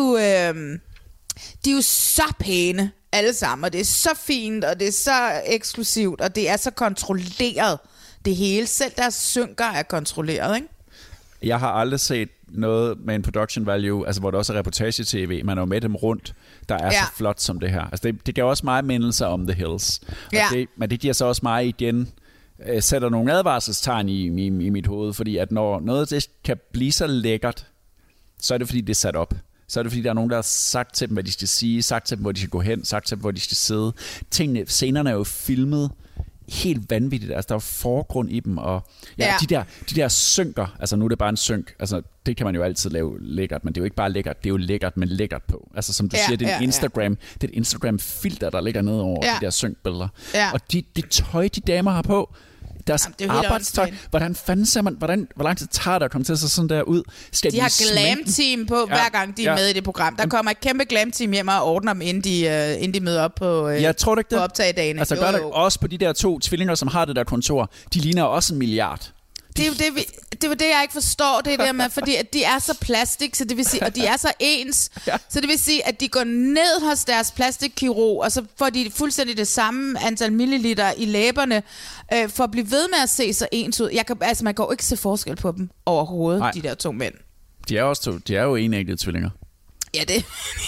er jo så pæne, alle sammen, og det er så fint, og det er så eksklusivt, og det er så kontrolleret, det hele. Selv deres synker er kontrolleret, ikke? Jeg har aldrig set noget med en production value, altså hvor der også er reportage-tv, man er jo med dem rundt, der er så flot som det her. Altså det giver også meget mindelser om The Hills. Men det giver så også mig igen, sætter nogle advarselstegn i mit hoved, fordi at når noget det kan blive så lækkert, så er det fordi det er sat op. Så er det fordi, der er nogen, der har sagt til dem, hvad de skal sige, sagt til dem, hvor de skal gå hen, sagt til dem, hvor de skal sidde. Scenerne er jo filmet helt vanvittigt. Altså, der er jo forgrund i dem, og de der synker, altså nu er det bare en synk, altså det kan man jo altid lave lækkert, men det er jo ikke bare lækkert, det er jo lækkert, men lækkert på. Altså som du siger, det er Instagram, det er et Instagram-filter, der ligger ned over de der synkbilleder. Ja. Og det tøj, de damer har på, deres arbejdstøj. Hvordan fanden ser man, hvor lang tid tager det at komme til at se sådan der ud? De har glam-team på, hver gang de er med i det program. Der kommer et kæmpe glam-team hjem og ordner dem, inden de møder op på, på optagedagen. Altså gør det også på de der 2 tvillinger, som har det der kontor. De ligner også 1 milliard. Det er jo det, jeg ikke forstår, det der med, fordi at de er så plastik, så det vil sige, og de er så ens, så det vil sige, at de går ned hos deres plastikkirurg, og så får de fuldstændig det samme antal milliliter i læberne, for at blive ved med at se så ens ud. Man kan jo ikke se forskel på dem overhovedet, de der 2 mænd. De er jo enæggede tvillinger. Ja, det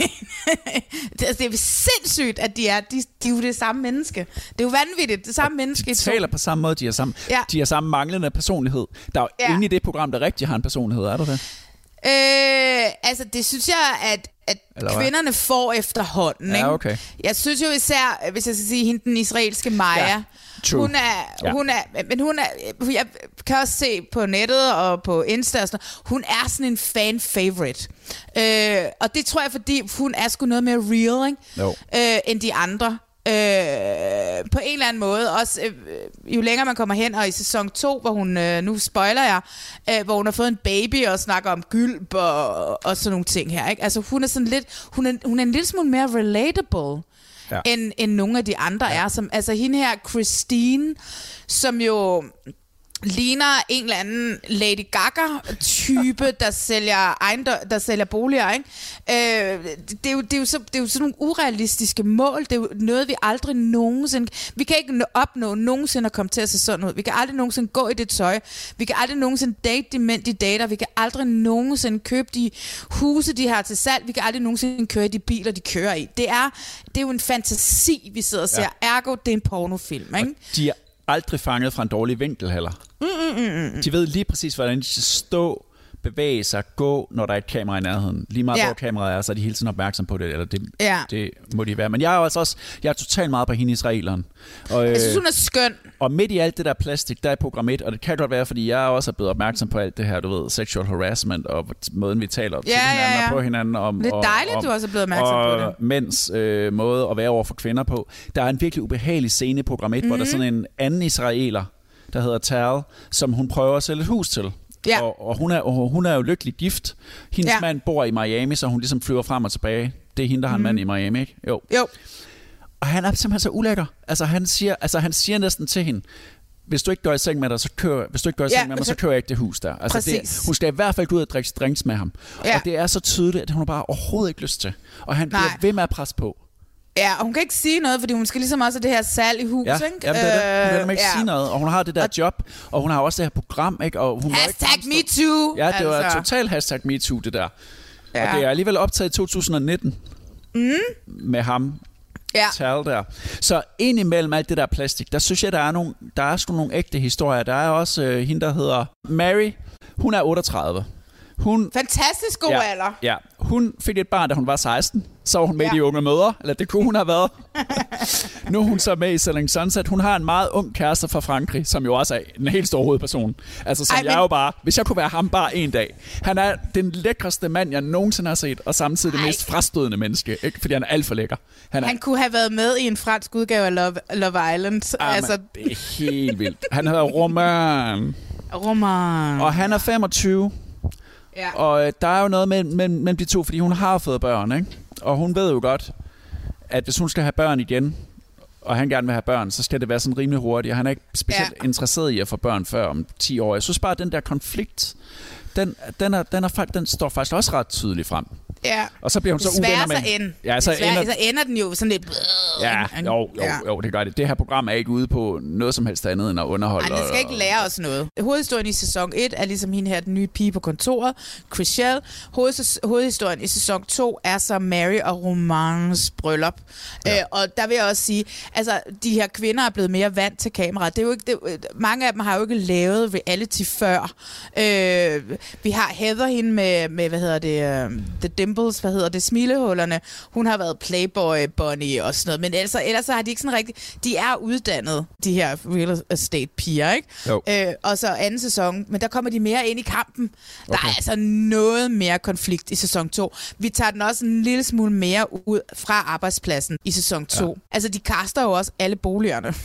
er sindssygt, at de er jo det samme menneske. Det er jo vanvittigt, det samme menneske. De taler på samme måde, de har samme manglende personlighed. Der er jo ingen i det program, der rigtig har en personlighed, er der det? Altså, det synes jeg, at kvinderne får efterhånden. Ikke? Ja, okay. Jeg synes jo især, hvis jeg skal sige, hende den israelske Maja, hun er, jeg kan også se på nettet og på Insta og sådan noget, hun er sådan en fan-favorite. Og det tror jeg, fordi hun er sgu noget mere real, ikke? End de andre. På en eller anden måde også, jo længere man kommer hen, og i sæson 2, hvor hun, nu spoiler jeg, hvor hun har fået en baby og snakker om gylp og sådan nogle ting her, ikke? Altså hun er sådan lidt, hun er en lille smule mere relatable end nogle af de andre er, som, altså hende her Christine, som jo ligner en eller anden Lady Gaga-type, der sælger boliger, ikke? Det er jo sådan nogle urealistiske mål. Det er jo noget, vi aldrig nogensinde... Vi kan ikke opnå nogensinde at komme til at se sådan ud. Vi kan aldrig nogensinde gå i det tøj. Vi kan aldrig nogensinde date de mænd, de dater. Vi kan aldrig nogensinde købe de huse, de har til salg. Vi kan aldrig nogensinde køre i de biler, de kører i. Det er jo en fantasi, vi sidder og ser. Ergo, det er en pornofilm, ikke? Og de er aldrig fanget fra en dårlig vinkel heller. De ved lige præcis, hvordan de skal stå, bevæge sig, gå, når der er et kamera i nærheden. Lige meget hvor kameraet er, så er de hele tiden opmærksom på det, eller det må de være. Men jeg er totalt meget på hende israeleren. Og, jeg synes, hun er skøn. Og midt i alt det der plastik, der er program 1, og det kan godt være, fordi jeg også er blevet opmærksom på alt det her, du ved, sexual harassment, og måden vi taler til hinanden og på hinanden. Det er dejligt, du også er blevet opmærksom på det. Og mænds måde at være over for kvinder på. Der er en virkelig ubehagelig scene i program 1, hvor der er sådan en anden israeler, der hedder Tal, som hun prøver at sælge et hus til. Ja. Og hun er jo lykkelig gift. Hendes mand bor i Miami, så hun ligesom flyver frem og tilbage. Det er hende, der har en mand i Miami, ikke? Jo. Og han er simpelthen så ulækker. Altså han siger næsten til hende, hvis du ikke går i seng med dig, så kører, så kører jeg ikke det hus der. Altså hun skal i hvert fald gå ud og drikke drinks med ham. Ja. Og det er så tydeligt, at hun har bare overhovedet ikke lyst til. Og han bliver ved med at presse på. Ja, og hun kan ikke sige noget, fordi hun skal ligesom også have det her salg i hus, ikke? Ja, det er det. Hun kan ikke sige noget, og hun har det der job, og hun har også det her program, ikke? Og hun #MeToo! Ja, det var totalt #MeToo, det der. Ja. Og det er alligevel optaget i 2019 med ham. Ja. Tal der. Så indimellem alt det der plastik, der synes jeg, der er sgu nogle ægte historier. Der er også hende, der hedder Mary. Hun er 38. Fantastisk god alder. Ja, hun fik et barn, da hun var 16. Så var hun med i Unge Mødre, eller det kunne hun have været. Nu er hun så med i Selling Sunset. Hun har en meget ung kæreste fra Frankrig, som jo også er en helt stor hovedperson. Altså som jeg jo bare, hvis jeg kunne være ham bare en dag. Han er den lækreste mand, jeg nogensinde har set, og samtidig det mest frastødende menneske, ikke? Fordi han er alt for lækker. Han kunne have været med i en fransk udgave af Love Island. Altså. Det er helt vildt. Han hedder Roman. Og han er 25. Ja. Og der er jo noget mellem de to, fordi hun har fået børn, ikke? Og hun ved jo godt, at hvis hun skal have børn igen, og han gerne vil have børn, så skal det være sådan rimelig hurtigt. Og han er ikke specielt interesseret i at få børn før om 10 år. Jeg synes bare, at den der konflikt, den står faktisk også ret tydeligt frem. Ja. Og så bliver hun så uvenner med. Ja, så ender den jo sådan lidt. Ja, jo, det gør det. Det her program er ikke ude på noget som helst andet end at underholde. Nej, det skal ikke lære os noget. Hovedhistorien i sæson 1 er ligesom hende her, den nye pige på kontoret, Chriselle. Hovedhistorien i sæson 2 er så Mary og Romans bryllup. Ja. Og der vil jeg også sige, altså de her kvinder er blevet mere vant til kameraet. Det er jo ikke, mange af dem har jo ikke lavet reality før. Vi har Heather hende med hvad hedder det, The Dimples, hvad hedder det, smilehullerne. Hun har været Playboy Bunny og sådan noget, men ellers så har de ikke sådan rigtigt. De er uddannet, de her real estate piger, ikke? Og så anden sæson, men der kommer de mere ind i kampen. Der er altså noget mere konflikt i sæson 2. Vi tager den også en lille smule mere ud fra arbejdspladsen i sæson 2. Ja. Altså, de kaster jo også alle boligerne.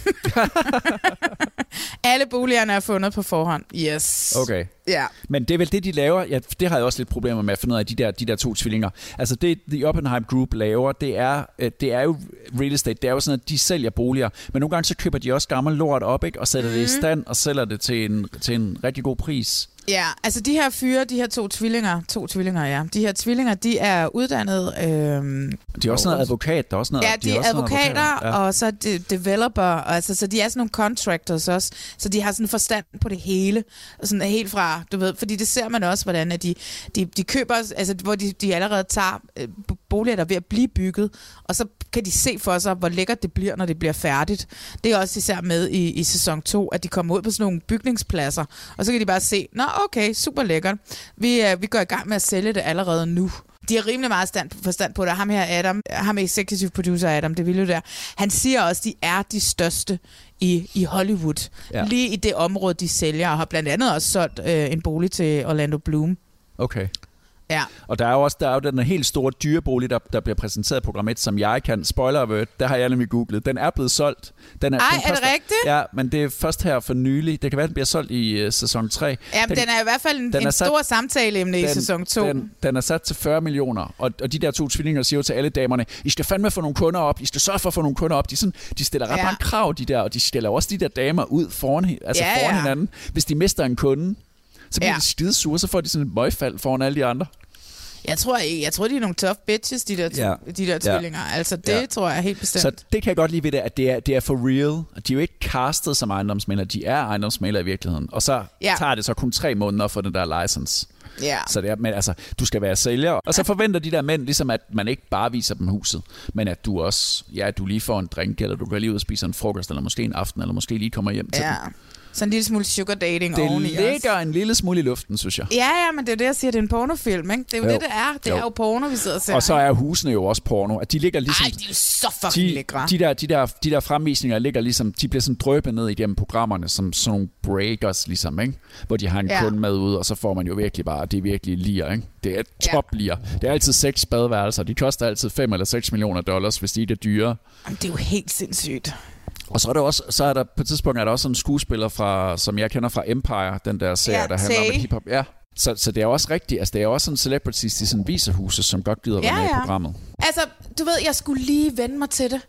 Alle boligerne er fundet på forhånd. Yes. Okay. Ja. Men det er vel det, de laver. Ja, det har jeg også lidt problemer med at finde ud af de der to tvillinger. Altså det, The Oppenheim Group laver, det er jo real estate. Det er jo sådan, at de sælger boliger. Men nogle gange så køber de også gammel lort op, ikke? Og sætter det i stand og sælger det til en rigtig god pris. Ja, altså de her fyre, de her to tvillinger, ja. De her tvillinger, de er uddannet. De er også noget advokat, der er også noget. Ja, de er advokater, ja. Og så developer, altså så de er sådan nogle contractors også. Så de har sådan forstand på det hele, sådan helt fra, du ved, fordi det ser man også, hvordan at de køber, altså hvor de allerede tager boliger, der er ved at blive bygget, og så kan de se for sig, hvor lækkert det bliver, når det bliver færdigt. Det er også især med i sæson 2, at de kommer ud på sådan nogle bygningspladser, og så kan de bare se, nå okay, super lækkert. Vi går i gang med at sælge det allerede nu. De har rimelig meget forstand på det. Ham her Adam, ham executive producer Adam, det vil jo der. Han siger også, at de er de største i Hollywood. Ja. Lige i det område, de sælger, og har blandt andet også solgt en bolig til Orlando Bloom. Okay. Ja. Og der er jo den helt store dyrebolig, der bliver præsenteret i program 1, som jeg kan. Spoiler alert, der har jeg nemlig googlet. Den er blevet solgt. Er det rigtigt? Ja, men det er først her for nylig. Det kan være, den bliver solgt i sæson 3. Ja, men den er i hvert fald en stor samtaleemne i sæson 2. Den er sat til 40 millioner, og de der to tvillinger siger jo til alle damerne, I skal fandme få nogle kunder op, I skal sørge for at få nogle kunder op. De stiller ret mange krav, de der, og de stiller også de der damer ud foran hinanden. Hvis de mister en kunde, så bliver de skidesure, så får de sådan et møgfald foran alle de andre. Jeg tror, de er nogle tough bitches, de der tvillinger. Altså, det tror jeg helt bestemt. Så det kan jeg godt lide ved det, at det er for real. De er jo ikke castet som ejendomsmæglere, de er ejendomsmæglere i virkeligheden. Og så tager det så kun 3 måneder for den der license. Ja. Så det er, men altså, du skal være sælger. Og så forventer de der mænd ligesom, at man ikke bare viser dem huset, men at du også, du lige får en drink, eller du går lige ud og spiser en frokost, eller måske en aften, eller måske lige kommer hjem til dem. Så en lille smule sugar dating oveni. Det ligger en lille smule i luften, synes jeg. Ja, men det er det, jeg siger, det er en pornofilm, ikke? Det er jo det er. Det er jo porno, vi sidder og ser. Og så er husene jo også porno. At de ligger ligesom... Ej, de er jo så fucking lækre. De der fremvisninger ligger ligesom... De bliver sådan drøbet ned igennem programmerne, som sådan nogle breakers, ligesom, ikke? Hvor de har en kunde med ud, og så får man jo virkelig bare... Det er virkelig lir, ikke? Det er top-lir. Det er altid 6 badeværelser. De koster altid $5 eller $6 millioner, hvis de ikke er dyre. Det er jo helt sindssygt. Og så er der på et tidspunkt også en skuespiller som jeg kender fra Empire, den der serie, der handler om hiphop. Ja. Så det er også rigtigt. Altså det er også sådan celebrities, de sådan viser huse, som godt gider være med i programmet. Altså, du ved, jeg skulle lige vende mig til det.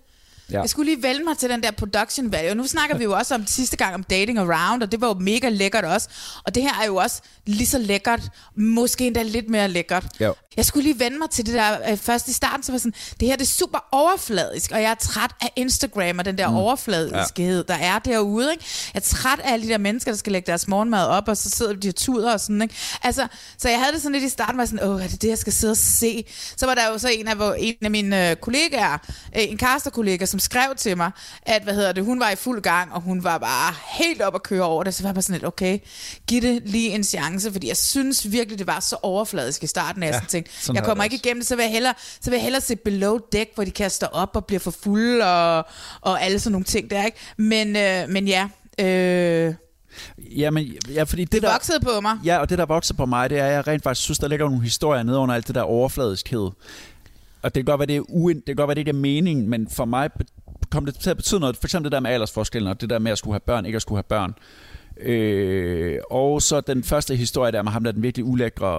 Ja. Jeg skulle lige vælge mig til den der production value. Nu snakker vi jo også om sidste gang om Dating Around, og det var jo mega lækkert også. Og det her er jo også lige så lækkert, måske endda lidt mere lækkert. Jo. Jeg skulle lige vende mig til det der først i starten, så var sådan, det her det er super overfladisk, og jeg er træt af Instagram og den der overfladiskhed, der er derude. Ikke? Jeg er træt af alle de der mennesker, der skal lægge deres morgenmad op, og så sidder de og tuder og sådan. Ikke? Altså, så jeg havde det sådan lidt i starten, var sådan, er det det, jeg skal sidde og se? Så var der jo så en af mine kollegaer, en casterkollega, som skrev til mig, at hun var i fuld gang, og hun var bare helt op at køre over det. Så var jeg bare sådan lidt, okay, giv det lige en chance, fordi jeg synes virkelig, det var så overfladisk i starten, jeg tænkte, jeg kommer ikke igennem det, så vil jeg hellere se Below Deck, hvor de kaster op og bliver for fulde, og alle sådan nogle ting der, ikke? Men ja... fordi det voksede på mig. Ja, og det der voksede på mig, det er, at jeg rent faktisk synes, der ligger nogle historier nede under alt det der overfladiskhed. Og det kan godt være, det kan godt være, det ikke er meningen, men for mig kom det til at betyde noget. For eksempel det der med aldersforskellen, og det der med at skulle have børn, ikke at skulle have børn. Og så den første historie der med ham, der den virkelig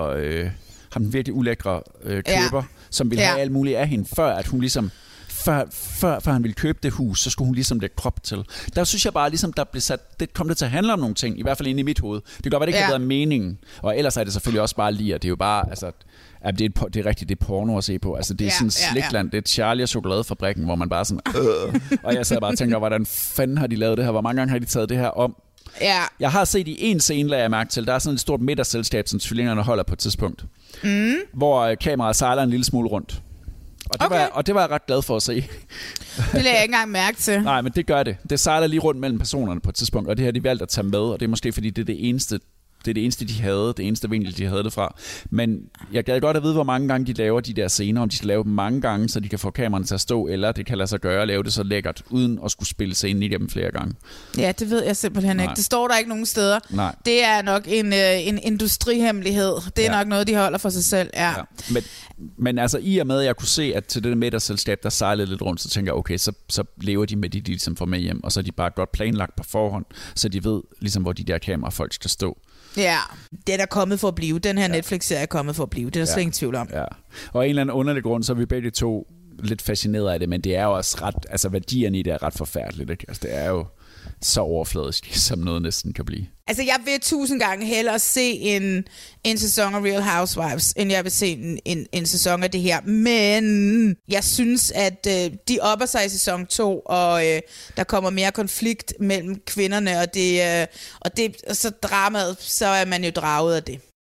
ulækre køber, som ville have alt muligt af hende, før at hun ligesom... Før han ville købe det hus, så skulle hun ligesom lægge krop til. Der synes jeg bare, ligesom der blev sat, det kom det til at handle om nogle ting, i hvert fald inde i mit hoved. Det kan godt være, det ikke har været meningen. Og ellers er det selvfølgelig også bare lige, at det er jo bare, altså, det er rigtigt, det er porno at se på. Altså, det er sådan Slikland, det er Charlie og chokoladefabrikken, hvor man bare sådan, og jeg sad bare og tænker, hvordan fanden har de lavet det her? Hvor mange gange har de taget det her om? Ja. Jeg har set i en scene, lagde jeg mærke til, der er sådan et stort middagsselskab, som tvillingerne holder på et tidspunkt, hvor kameraet sejler en lille smule rundt. Og det var jeg ret glad for at se. Det lagde jeg ikke engang mærke til. Nej, men det gør det. Det sejler lige rundt mellem personerne på et tidspunkt, og det her de valgte at tage med, og det er måske fordi, det er det eneste, de havde, det eneste vinkel, de havde det fra. Men jeg gad godt at vide, hvor mange gange de laver de der scener, om de skal lave dem mange gange, så de kan få kameraerne til at stå, eller det kan lade sig gøre at lave det så lækkert, uden at skulle spille scenen igennem flere gange. Ja, det ved jeg simpelthen ikke. Det står der ikke nogen steder. Nej. Det er nok en industrihemmelighed. Det er nok noget, de holder for sig selv. Ja. Men altså, i og med, at jeg kunne se, at til det middagsselskab, der sejlede lidt rundt, så tænker jeg, okay, så lever de med de ligesom får med hjem, og så er de bare godt planlagt på forhånd, så de ved ligesom, hvor de der kamerafolk skal stå. Ja, den er kommet for at blive. Den her Netflix-serie er kommet for at blive. Det er der slet ingen tvivl om. Ja. Og af en eller anden underlig grund, så er vi begge to lidt fascineret af det, men det er jo også ret, altså værdierne i det er ret forfærdeligt, ikke? Altså det er jo så overfladisk, som noget næsten kan blive. Altså jeg vil 1000 gange hellere se en sæson af Real Housewives, end jeg vil se en sæson af det her. Men jeg synes, at de opper sig i sæson 2, og der kommer mere konflikt mellem kvinderne, og så dramaet, så er man jo draget af det.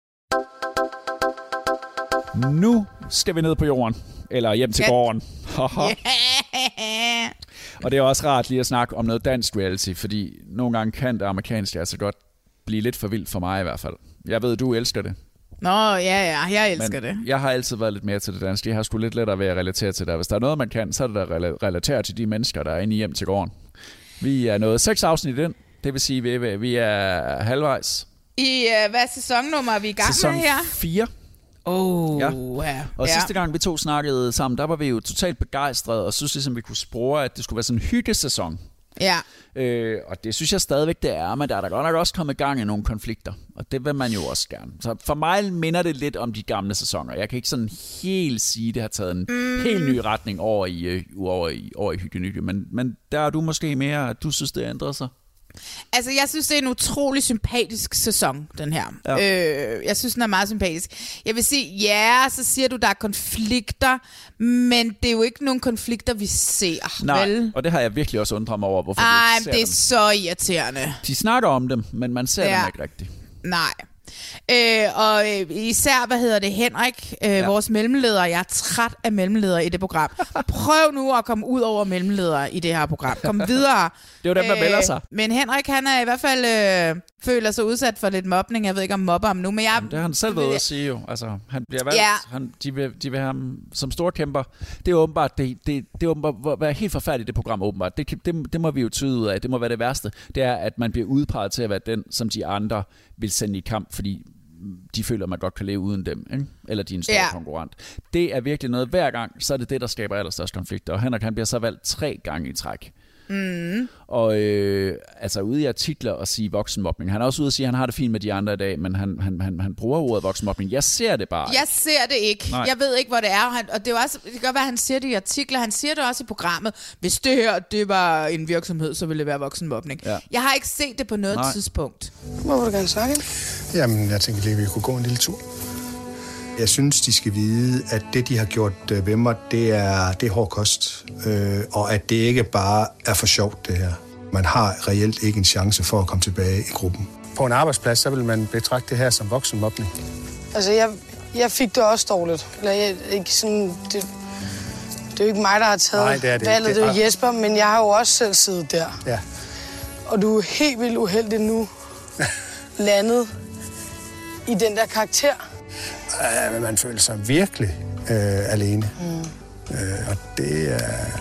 Nu skal vi ned på jorden, eller hjem til gården. Og det er også rart lige at snakke om noget dansk reality, fordi nogle gange kan det amerikanske altså godt blive lidt for vildt for mig i hvert fald. Jeg ved, du elsker det. Nå, ja, jeg elsker det. Jeg har altid været lidt mere til det danske. Jeg har sgu lidt lettere ved at relatere til det. Hvis der er noget, man kan, så er det der relatere til de mennesker, der er inde i hjem til gården. Vi er nået 6 afsnit ind. Det vil sige, vi er halvvejs. Hvad sæsonnummer er vi i gang Sæson med her? 4. Og sidste gang vi to snakkede sammen, der var vi jo totalt begejstrede og synes ligesom vi kunne spore, at det skulle være sådan en hyggesæson. Ja. Og det synes jeg stadigvæk det er, men der er der godt nok også kommet gang i nogle konflikter, og det vil man jo også gerne. Så for mig minder det lidt om de gamle sæsoner. Jeg kan ikke sådan helt sige, det har taget en helt ny retning over i hygge, men der er du måske mere, at du synes det ændrer sig. Altså, jeg synes, det er en utrolig sympatisk sæson, den her. Ja. Jeg synes, den er meget sympatisk. Jeg vil sige, så siger du, der er konflikter, men det er jo ikke nogen konflikter, vi ser. Nej, vel? Og det har jeg virkelig også undret mig over, hvorfor vi ser det er dem. Så irriterende. De snakker om dem, men man ser dem ikke rigtigt. Nej. Og især, Henrik, vores mellemleder. Jeg er træt af mellemledere i det program. Prøv nu at komme ud over mellemledere i det her program. Kom videre. Det er jo dem, der melder sig. Men Henrik, han er i hvert fald føler sig udsat for lidt mobning. Jeg ved ikke, om mobber ham nu, men det har han selv været ude at sige jo. Altså, han bliver valgt. De vil have ham som storkæmper. Det er åbenbart, det er helt forfærdeligt, det program åbenbart. Det må vi jo tyde ud af. Det må være det værste. Det er, at man bliver udpeget til at være den, som de andre vil sende i kamp, fordi de føler, at man godt kan leve uden dem, ikke? Eller de er en stor konkurrent. Det er virkelig noget. Hver gang, så er det det, der skaber allerstørst konflikter. Og Henrik, han bliver så valgt 3 gange i træk. Og altså ude i artikler og sige voksenmobning. Han er også ude at sige, at han har det fint med de andre i dag, men han bruger ordet voksenmobning. Jeg ser det bare. Jeg ser det ikke. Nej. Jeg ved ikke, hvor det er. Og det er også, det kan godt være, han siger det i artikler. Han siger det også i programmet. Hvis det her, det var en virksomhed, så ville det være voksenmobning. Ja. Jeg har ikke set det på noget tidspunkt. Hvor vil du gerne snakke? Jamen, jeg tænker lige, at vi kunne gå en lille tur. Jeg synes, de skal vide, at det, de har gjort ved mig, det er hård kost. Og at det ikke bare er for sjovt, det her. Man har reelt ikke en chance for at komme tilbage i gruppen. På en arbejdsplads, så vil man betragte det her som voksenmobning. Altså, jeg fik det også dårligt. Eller ikke sådan, det er jo ikke mig, der har taget valget, det er Jesper, men jeg har jo også selv siddet der. Ja. Og du er helt vildt uheldig nu landet i den der karakter. Man føler sig virkelig alene. Og det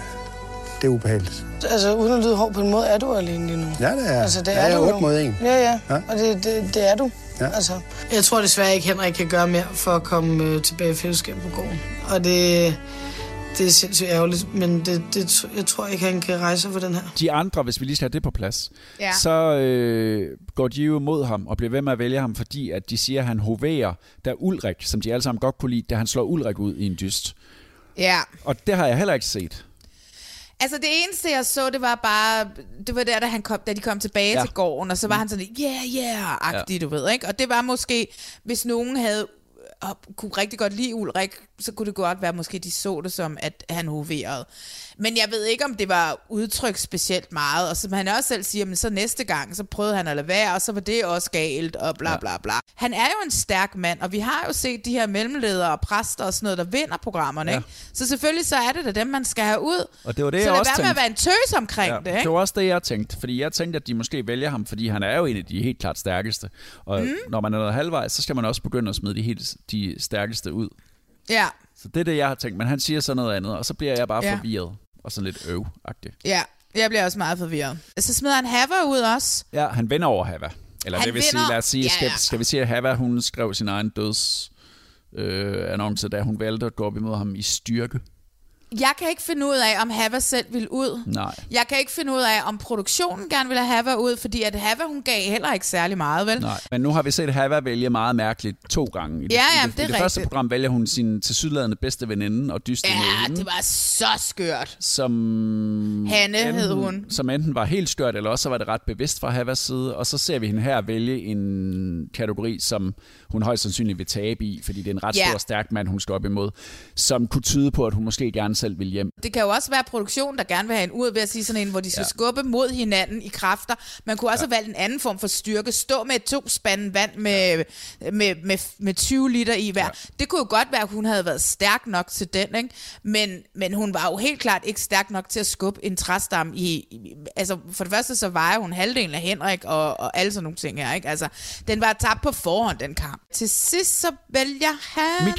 er ubehageligt. Altså, uden at lyde hård på en måde, er du alene lige nu? Ja, det er. Altså, det er du 8 mod 1. Ja. Og det er du. Ja. Altså, jeg tror desværre ikke, Henrik kan gøre mere for at komme tilbage i fællesskabet på gården. Og det er sindssygt ærgerligt, men jeg tror ikke, han kan rejse for den her. De andre, hvis vi lige skal have det på plads, så går de jo mod ham og bliver ved med at vælge ham, fordi at de siger, at han hoverer, da Ulrik, som de alle sammen godt kunne lide, da han slår Ulrik ud i en dyst. Ja. Og det har jeg heller ikke set. Altså det eneste, jeg så, det var bare, det var der, da de kom tilbage til gården, og så var han sådan, agtig, du ved, ikke? Og det var måske, hvis nogen havde kunne rigtig godt lide Ulrik, så kunne det godt være, måske de så det som, at han hoverede. Men jeg ved ikke, om det var udtrykt specielt meget, og som han også selv siger, men så næste gang, så prøvede han at lade være, og så var det også galt, og bla bla bla. Han er jo en stærk mand, og vi har jo set de her mellemledere og præster og sådan noget, der vinder programmerne, ikke? Så selvfølgelig så er det da dem, man skal have ud. Og det var det, så jeg også tænkte. Så lad være med at være en tøs omkring det, ikke? Det var også det, jeg tænkte, fordi jeg tænkte, at de måske vælger ham, fordi han er jo en af de helt klart stærkeste. Og når man er nået halvvejs, så skal man også begynde at smide de stærkeste ud. Ja. Så det er det, jeg har tænkt, men han siger så noget andet, og så bliver jeg bare forvirret. Og sådan lidt agtigt. Ja, jeg bliver også meget forvirret. Så smider han Hava ud også. Ja, han vinder over Hava. Eller han det vil sige, lad os sige, skal vi sige, at Hava, hun skrev sin egen dødsannonce, da hun valgte at gå op imod ham i styrke. Jeg kan ikke finde ud af, om Hava selv vil ud. Nej. Jeg kan ikke finde ud af, om produktionen gerne vil have Hava ud, fordi at Hava, hun gav heller ikke særlig meget, vel? Nej, men nu har vi set Hava vælge meget mærkeligt 2 gange. I det første program vælger hun sin tilsyneladende bedste veninde og dyste med hende. Ja, det var så skørt. Som Hanne hed hun. Som enten var helt skørt, eller også var det ret bevidst fra Havas side. Og så ser vi hende her vælge en kategori, som hun højst sandsynligt vil tabe i, fordi det er en ret stor, stærk mand, hun skal op imod, som kunne tyde på, at hun måske gerne selv vil hjem. Det kan jo også være produktionen, der gerne vil have en ud ved at sige sådan en, hvor de skal skubbe mod hinanden i kræfter. Man kunne også have valgt en anden form for styrke. Stå med 2 spande vand med 20 liter i hver. Ja. Det kunne jo godt være, at hun havde været stærk nok til den, ikke? Men hun var jo helt klart ikke stærk nok til at skubbe en træstamme altså for det første, så vejer hun halvdelen af Henrik og alle sådan nogle ting her, ikke? Altså, den var tabt på forhånd, den kamp. Til sidst så vælger han...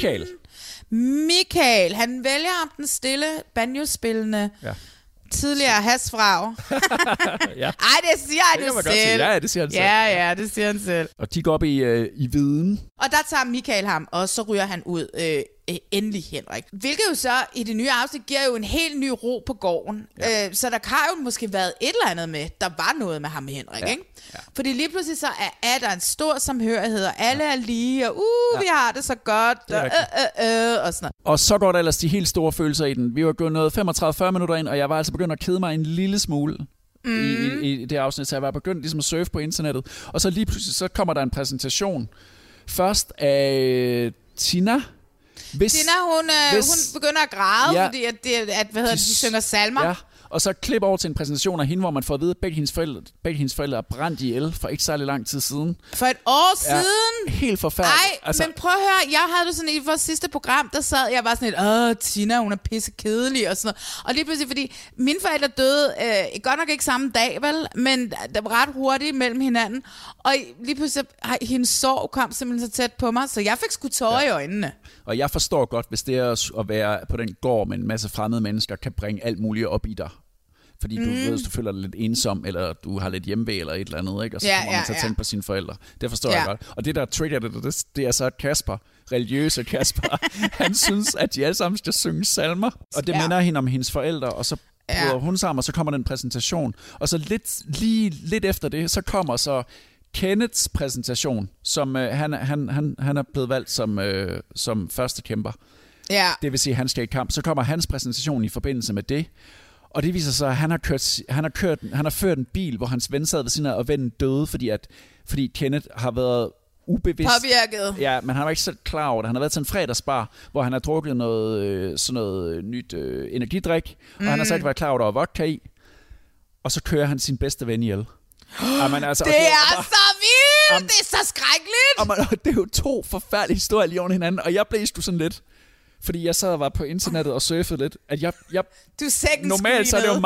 Michael, han vælger ham den stille, banjospillende, tidligere hasfrag. Ej, det siger han jo selv. Ja, det siger han selv. Ja, det siger han selv. Og de går op i viden. Og der tager Michael ham, og så ryger han ud endelig Henrik. Hvilket jo så i det nye afsnit giver jo en helt ny ro på gården. Ja. Så der har jo måske været et eller andet med, der var noget med ham med Henrik, ikke? Ja. Fordi lige pludselig så er der en stor samhørighed, og alle er lige, og vi har det så godt, og sådan noget. Og så går der ellers de helt store følelser i den. Vi var gået noget 35-40 minutter ind, og jeg var altså begyndt at kede mig en lille smule. I det afsnit, så jeg var begyndt ligesom at surfe på internettet. Og så lige pludselig, så kommer der en præsentation. Først af Tina. Tina, hun begynder at græde, fordi de synger salmer. Ja. Og så klip over til en præsentation af hende, hvor man får at vide, at begge hendes forældre er brændt ihjel for ikke særlig lang tid siden. For et år siden? Helt forfærdeligt. Men prøv at høre, jeg havde det sådan i vores sidste program, der sad jeg var sådan lidt, Tina, hun er pisse kedelig og sådan noget. Og lige pludselig, fordi mine forældre døde, godt nok ikke samme dag, vel, men der var ret hurtigt mellem hinanden. Og lige pludselig, hendes sorg kom simpelthen så tæt på mig, så jeg fik sgu tårer i øjnene. Og jeg forstår godt, hvis det er at være på den gård med en masse fremmede mennesker, kan bringe alt muligt op i dig. Fordi du ved, hvis du føler dig lidt ensom, eller du har lidt hjemmevæg eller et eller andet, ikke? Og så kommer man til at tænke på sine forældre. Det forstår jeg godt. Og det, der trigger det er så Kasper, religiøse Kasper. Han synes, at de alle sammen skal synge salmer. Og det minder hende om hendes forældre, og så bryder hun sammen, og så kommer den præsentation. Og så lidt efter det, så kommer så Kenneths præsentation, som han er blevet valgt som første kæmper. Ja. Det vil sige, at han skal i kamp. Så kommer hans præsentation i forbindelse med det. Og det viser sig, at han har ført en bil, hvor hans ven sad ved siden af, og vennen døde, fordi Kenneth har været ubevidst. Påvirket. Ja, men han var ikke selv klar over det. Han har været til en fredagsbar, hvor han har drukket sådan noget nyt energidrik, og han har så ikke været klar over, der var vodka i. Og så kører han sin bedste ven ihjel. Jamen, altså, det er så vildt! Det er så skrækkeligt! Og det er jo 2 forfærdelige historier lige oven hinanden, og jeg blev sgu sådan lidt... Fordi jeg sad og var på internettet og surfede lidt, at jeg normalt så er det jo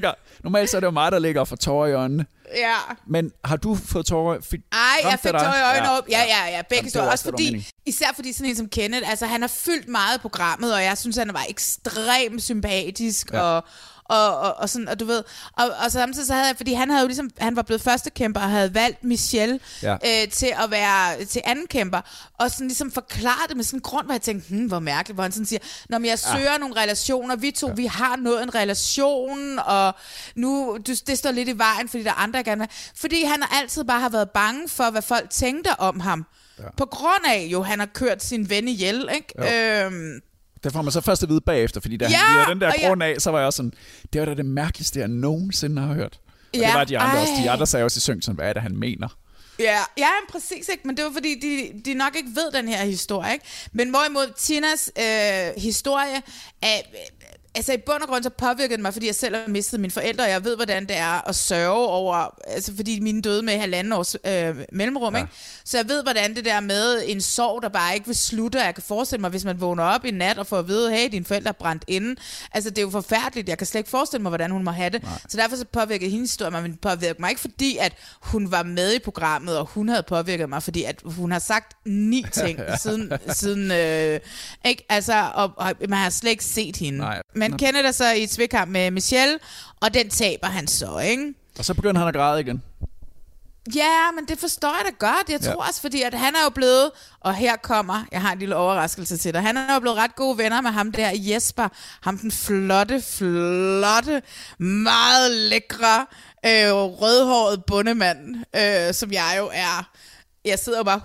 mig, der ligger og får tårer i øjnene. Ja. Men har du fået tårer? Jeg fik tårer i øjnene op. Ja, begge står. Også fordi, især fordi sådan en som Kenneth, altså han har fyldt meget programmet, og jeg synes, han var ekstremt sympatisk, og sådan, og du ved, og samtidig så havde jeg, fordi han havde jo ligesom, han var blevet førstekæmper og havde valgt Michelle til at være til anden kæmper, og sådan ligesom forklare det med sådan en grund, hvor jeg tænkte, hvor mærkeligt, hvor han sådan siger, når jeg søger nogle relationer, vi har nået en relation, og nu, det står lidt i vejen, fordi der er andre, der gerne vil, fordi han altid bare har været bange for, hvad folk tænkte om ham, på grund af jo, han har kørt sin ven ihjel, ikke? Det får man så først at vide bagefter, fordi da han giver den der grund af, så var jeg også sådan, det var da det mærkeligste, jeg nogensinde har hørt. Og det var de andre også. De andre sagde også i synk, sådan, hvad er det, han mener? Ja, præcis, ikke? Men det var fordi, de nok ikke ved den her historie, ikke? Men hvorimod Tinas historie er... Altså i bund og grund så påvirkede det mig, fordi jeg selv har mistet mine forældre, og jeg ved, hvordan det er at sørge over, altså fordi mine døde med 1,5 års mellemrum, ikke? Så jeg ved, hvordan det der med en sorg, der bare ikke vil slutte, og jeg kan forestille mig, hvis man vågner op en nat og får at vide, hey, dine forældre er brændt inde. Altså det er jo forfærdeligt, jeg kan slet ikke forestille mig, hvordan hun må have det. Nej. Så derfor så påvirkede hendes historie mig, men det påvirkede mig ikke, fordi at hun var med i programmet, og hun havde påvirket mig, fordi at hun har sagt 9 ting siden ikke? Altså, og man har slet ikke set hende. Nej. Men Kenneth er så i et tvekamp med Michelle, og den taber han så, ikke? Og så begynder han at græde igen. Ja, men det forstår jeg da godt. Jeg tror også, fordi at han er jo blevet, og her kommer, jeg har en lille overraskelse til dig, han er jo blevet ret gode venner med ham der, Jesper, ham den flotte, meget lækre, rødhåret bondemand, som jeg jo er. Jeg sidder jo bare,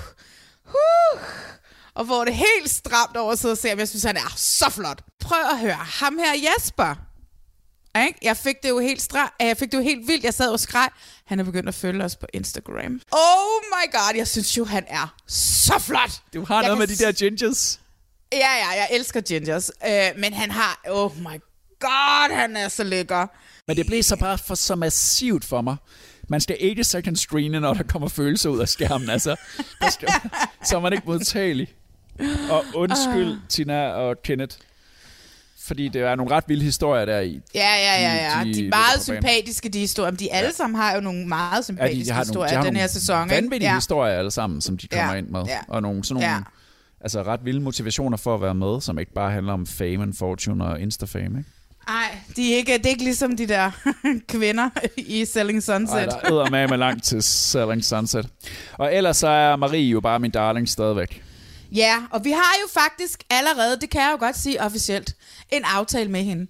og får det helt stramt over at sidde og se, om jeg synes, han er så flot. Prøv at høre, ham her Jesper. Ikke? Jeg fik det jo helt vildt. Jeg sad og skreg. Han er begyndt at følge os på Instagram. Oh my god, jeg synes jo, han er så flot. Du har noget med de der gingers. Ja, jeg elsker gingers. Men han har, oh my god, han er så lækker. Men det blev så bare så massivt for mig. Man skal ikke second screene, når der kommer følelser ud af skærmen. Altså, så er man ikke modtagelig. Og undskyld, Tina og Kenneth. Fordi det er nogle ret vilde historier der i. Ja. De er meget sympatiske, de historier. De alle sammen har jo nogle meget sympatiske historier den her sæson. Vanvittige historier alle sammen, som de kommer ind med. Og nogle sådan nogle altså ret vilde motivationer for at være med, som ikke bare handler om fame and fortune og Insta-fame, ikke? Nej, det er ikke ligesom de der kvinder i Selling Sunset. Ej, der æder med langt til Selling Sunset. Og ellers så er Marie jo bare min darling stadigvæk. Ja, og vi har jo faktisk allerede, det kan jeg jo godt sige officielt, en aftale med hende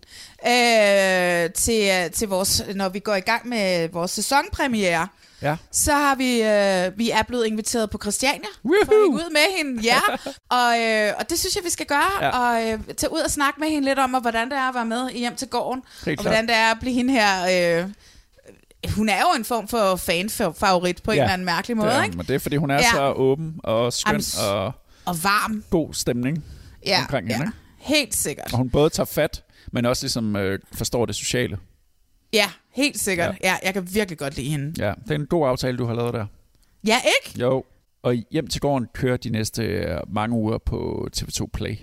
til vores, når vi går i gang med vores sæsonpremiere. Ja. Så har vi er blevet inviteret på Christiania for at gå ud med hende. Ja, og det synes jeg, vi skal gøre. Og tage ud og snakke med hende lidt om, hvordan det er at være med i Hjem til Gården. Og hvordan det er at blive hende her... hun er jo en form for fan-favorit på en eller anden mærkelig måde, ikke? Men det er, fordi hun er så åben og skøn og varm. God stemning omkring hende, ikke? Helt sikkert. Og hun både tager fat, men også ligesom forstår det sociale. Ja, helt sikkert. Ja, jeg kan virkelig godt lide hende. Ja, det er en god aftale, du har lavet der. Ja, ikke? Jo, og Hjem til Gården kører de næste mange uger på TV2 Play.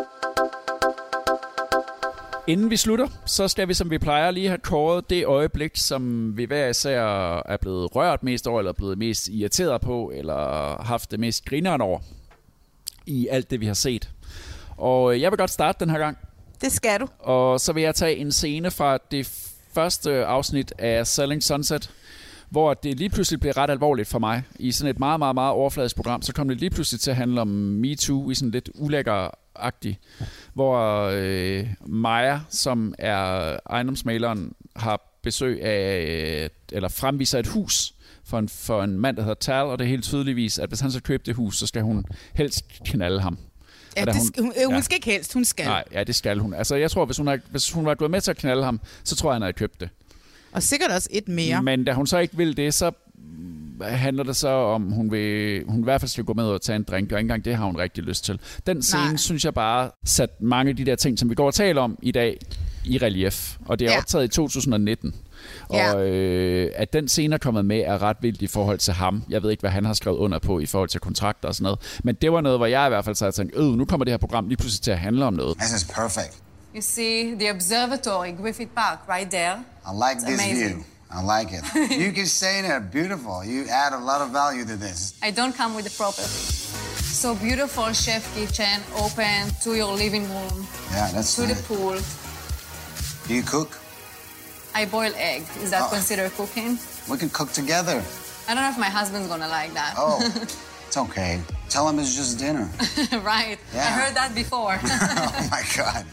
Inden vi slutter, så skal vi, som vi plejer, lige have kåret det øjeblik, som vi hver især er blevet rørt mest over, eller blevet mest irriteret på, eller haft det mest grineren over i alt det, vi har set. Og jeg vil godt starte den her gang. Det skal du. Og så vil jeg tage en scene fra det første afsnit af Selling Sunset, hvor det lige pludselig blev ret alvorligt for mig. I sådan et meget, meget, meget overfladisk program, så kom det lige pludselig til at handle om MeToo i sådan lidt ulækker agtig, hvor Maja, som er ejendomsmaleren, har besøg af, eller fremviser et hus for en mand, der hedder Tal, og det er helt tydeligvis, at hvis han skal købe det hus, så skal hun helst knalde ham. Ja, hun skal ikke helst, hun skal. Nej, ja, det skal hun. Altså, jeg tror, hvis hun var gået med til at knalde ham, så tror jeg, han havde købt det. Og sikkert også et mere. Men da hun så ikke vil det, så handler det så om, hun i hvert fald skal gå med og tage en drink, og ikke engang det har hun rigtig lyst til. Den scene, synes jeg bare, satte mange af de der ting, som vi går og taler om i dag, i relief. Og det er optaget i 2019. Og at den scene er kommet med, er ret vildt i forhold til ham. Jeg ved ikke, hvad han har skrevet under på i forhold til kontrakter og sådan noget. Men det var noget, hvor jeg i hvert fald så tænkte, nu kommer det her program lige pludselig til at handle om noget. This is perfect. You see the observatory, Griffith Park, right there. I like this view. I like it. You can stay in there, beautiful. You add a lot of value to this. I don't come with the property. So beautiful chef kitchen, open to your living room. Yeah, that's to nice. the pool. Do you cook? I boil egg. Is that considered cooking? We can cook together. I don't know if my husband's gonna like that. Oh, it's okay. Tell him it's just dinner. Right. Yeah. I heard that before. Oh my God.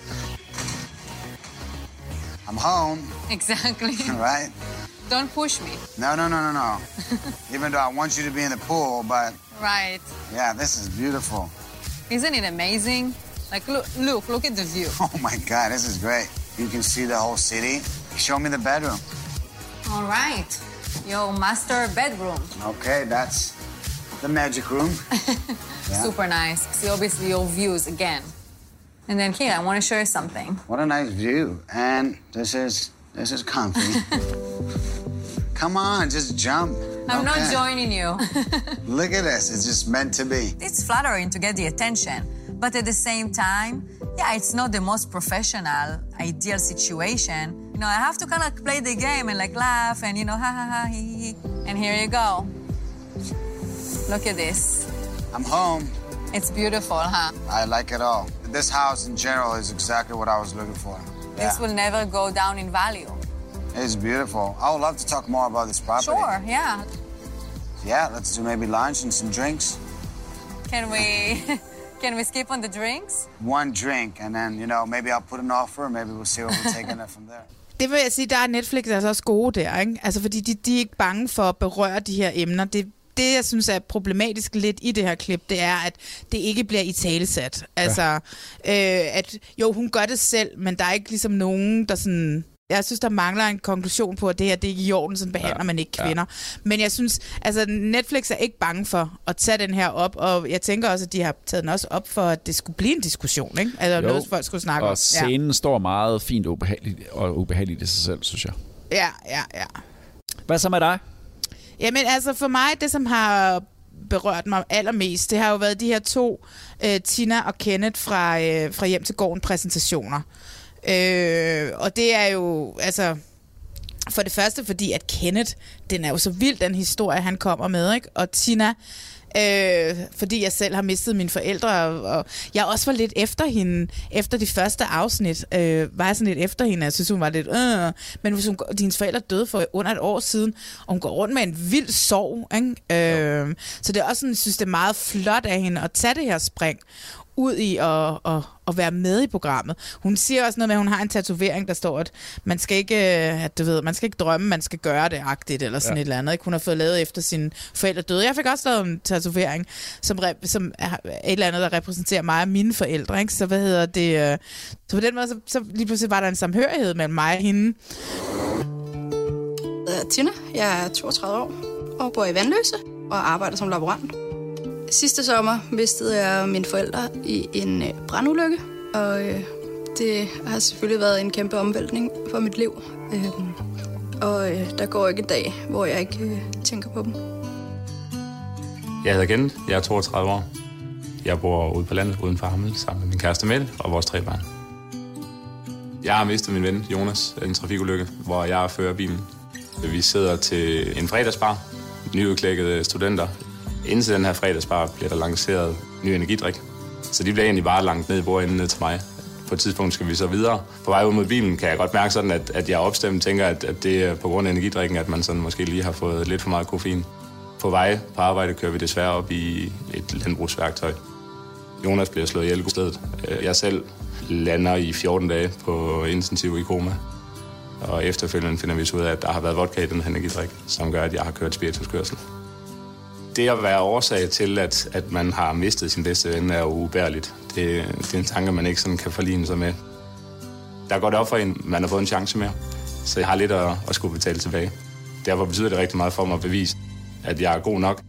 I'm home. Exactly. Right? Don't push me. No. Even though I want you to be in the pool, but... Right. Yeah, this is beautiful. Isn't it amazing? Like, look at the view. Oh my God, this is great. You can see the whole city. Show me the bedroom. All right. Your master bedroom. Okay, that's the magic room. Yeah. Super nice. See, obviously, your views again. And then here, I want to show you something. What a nice view. And this is comfy. Come on, just jump. I'm not joining you. Look at this. It's just meant to be. It's flattering to get the attention. But at the same time, yeah, it's not the most professional, ideal situation. You know, I have to kind of play the game and like laugh and, ha, he. And here you go. Look at this. I'm home. It's beautiful, huh? I like it all. This house in general is exactly what I was looking for. Yeah. This will never go down in value. It's beautiful. I would love to talk more about this property. Sure, yeah. Yeah, let's do maybe lunch and some drinks. Can we skip on the drinks? One drink, and then, maybe I'll put an offer, and maybe we'll see what we're taking it from there. Det vil jeg sige, der er Netflix altså også gode der, ikke? Altså, fordi de er ikke bange for at berøre de her emner. Det, jeg synes er problematisk lidt i det her klip, det er, at det ikke bliver italesat. Altså, at jo, hun gør det selv, men der er ikke ligesom nogen, der sådan... Jeg synes, der mangler en konklusion på, at det her, det er ikke i orden, sådan behandler man ikke kvinder. Men jeg synes, altså Netflix er ikke bange for at tage den her op, og jeg tænker også, at de har taget den også op for, at det skulle blive en diskussion, ikke? Altså noget, folk skulle snakke om. Og scenen står meget fint og ubehageligt i sig selv, synes jeg. Ja. Hvad så med dig? Jamen altså for mig, det som har berørt mig allermest, det har jo været de her 2, Tina og Kenneth fra Hjem til Gården præsentationer. Og det er jo, altså, for det første fordi, at Kenneth, den er jo så vild, den historie, han kommer med, ikke? Og Tina, fordi jeg selv har mistet mine forældre, og jeg også var lidt efter hende, efter de første afsnit, var jeg sådan lidt efter hende, jeg synes, hun var lidt, men hvis hendes forældre døde for under et år siden, og hun går rundt med en vild sorg, ikke? Så det er også sådan, jeg synes, det er meget flot af hende at tage det her spring, ud i at være med i programmet. Hun siger også noget med, at hun har en tatovering, der står, at man skal ikke, man skal ikke drømme, man skal gøre det agtigt, eller sådan et eller andet. Ikke? Hun har fået lavet efter sine forældre døde. Jeg fik også lavet en tatovering, som er et eller andet, der repræsenterer mig og mine forældre. Ikke? Så så på den måde, så lige pludselig var der en samhørighed mellem mig og hende. Jeg hedder Tina, jeg er 32 år og bor i Vandløse og arbejder som laborant. Sidste sommer mistede jeg mine forældre i en brandulykke, og det har selvfølgelig været en kæmpe omvæltning for mit liv. Og der går ikke en dag, hvor jeg ikke tænker på dem. Jeg hedder Kenneth, jeg er 32 år. Jeg bor ude på landet uden for Hammel sammen med min kæreste Mette og vores 3 børn. Jeg har mistet min ven Jonas i en trafikulykke, hvor jeg fører bilen. Vi sidder til en fredagsbar, nyudklækkede studenter. Inden til den her fredagsbar bliver der lanceret ny energidrik. Så de bliver egentlig bare langt ned i bordenden ned til mig. På et tidspunkt skal vi så videre. På vej ud mod bilen kan jeg godt mærke sådan, at jeg opstemt tænker, at det er på grund af energidrikken, at man sådan måske lige har fået lidt for meget koffein. På vej på arbejde kører vi desværre op i et landbrugsværktøj. Jonas bliver slået ihjel i stedet. Jeg selv lander i 14 dage på intensiv i koma. Og efterfølgende finder vi så ud af, at der har været vodka i den energidrik, som gør, at jeg har kørt spirituskørsel. Det at være årsag til, at man har mistet sin bedste ven, er jo ubærligt. Det er en tanke, man ikke sådan kan forligne sig med. Der går det op for en, man har fået en chance mere. Så jeg har lidt at skulle betale tilbage. Derfor betyder det rigtig meget for mig at bevise, at jeg er god nok.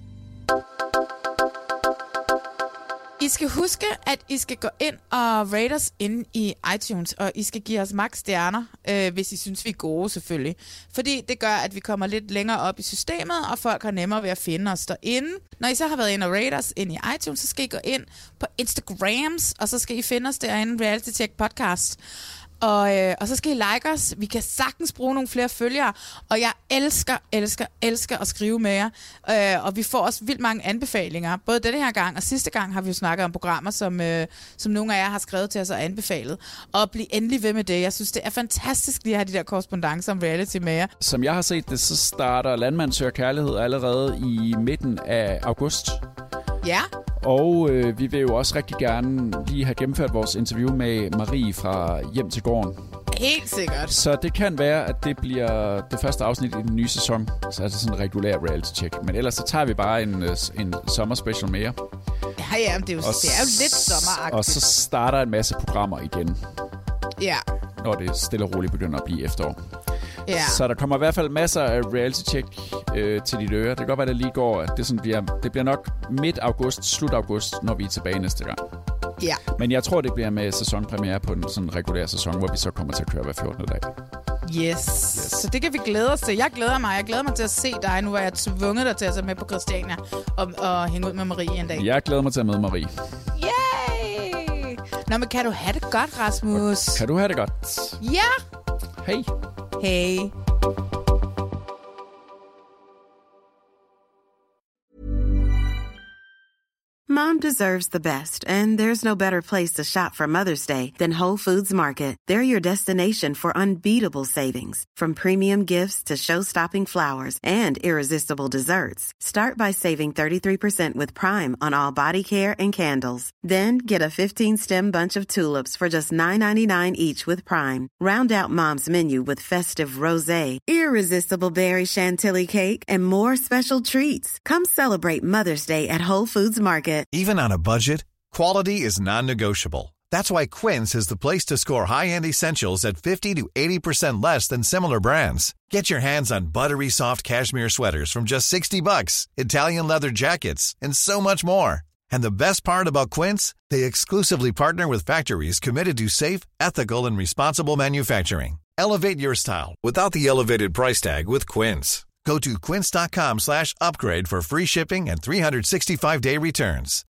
I skal huske, at I skal gå ind og rate os inde i iTunes, og I skal give os max stjerner, hvis I synes, vi er gode selvfølgelig. Fordi det gør, at vi kommer lidt længere op i systemet, og folk har nemmere ved at finde os derinde. Når I så har været inde og rate os inde i iTunes, så skal I gå ind på Instagrams, og så skal I finde os derinde, Reality Check Podcast. Og så skal I like os. Vi kan sagtens bruge nogle flere følgere. Og jeg elsker at skrive med jer. Og vi får også vildt mange anbefalinger. Både denne her gang og sidste gang har vi jo snakket om programmer, som nogle af jer har skrevet til os og anbefalet. Og bliv endelig ved med det. Jeg synes, det er fantastisk lige at have de der korrespondancer om reality med jer. Som jeg har set det, så starter Landmand søger kærlighed allerede i midten af august. Ja. Og vi vil jo også rigtig gerne lige have gennemført vores interview med Marie fra Hjem til Gården. Helt sikkert. Så det kan være, at det bliver det første afsnit i den nye sæson. Så er det sådan en regulær reality-check. Men ellers så tager vi bare en sommerspecial mere. Ja, det er jo lidt sommeragtigt. Og så starter en masse programmer igen. Ja. Når det stille og roligt begynder at blive efterår. Ja. Så der kommer i hvert fald masser af reality-check til dit øre. Det kan godt være, at det lige går. Det bliver nok midt august, slut august, når vi er tilbage næste gang. Ja. Men jeg tror, det bliver med sæsonpremiere på en sådan regulær sæson, hvor vi så kommer til at køre hver 14. dag. Yes. Så det kan vi glæde os til. Jeg glæder mig til at se dig. Nu er jeg tvunget dig til at tage med på Christiania og hænge ud med Marie en dag. Jeg glæder mig til at møde Marie. Yay! Nå, men kan du have det godt, Rasmus? Kan du have det godt? Ja! Hej. Hey. Mom deserves the best, and there's no better place to shop for Mother's Day than Whole Foods Market. They're your destination for unbeatable savings, from premium gifts to show-stopping flowers and irresistible desserts. Start by saving 33% with Prime on all body care and candles. Then get a 15-stem bunch of tulips for just $9.99 each with Prime. Round out Mom's menu with festive rosé, irresistible berry chantilly cake, and more special treats. Come celebrate Mother's Day at Whole Foods Market. Even on a budget, quality is non-negotiable. That's why Quince is the place to score high-end essentials at 50 to 80% less than similar brands. Get your hands on buttery soft cashmere sweaters from just $60, Italian leather jackets, and so much more. And the best part about Quince, they exclusively partner with factories committed to safe, ethical, and responsible manufacturing. Elevate your style without the elevated price tag with Quince. Go to quince.com/upgrade for free shipping and 365-day returns.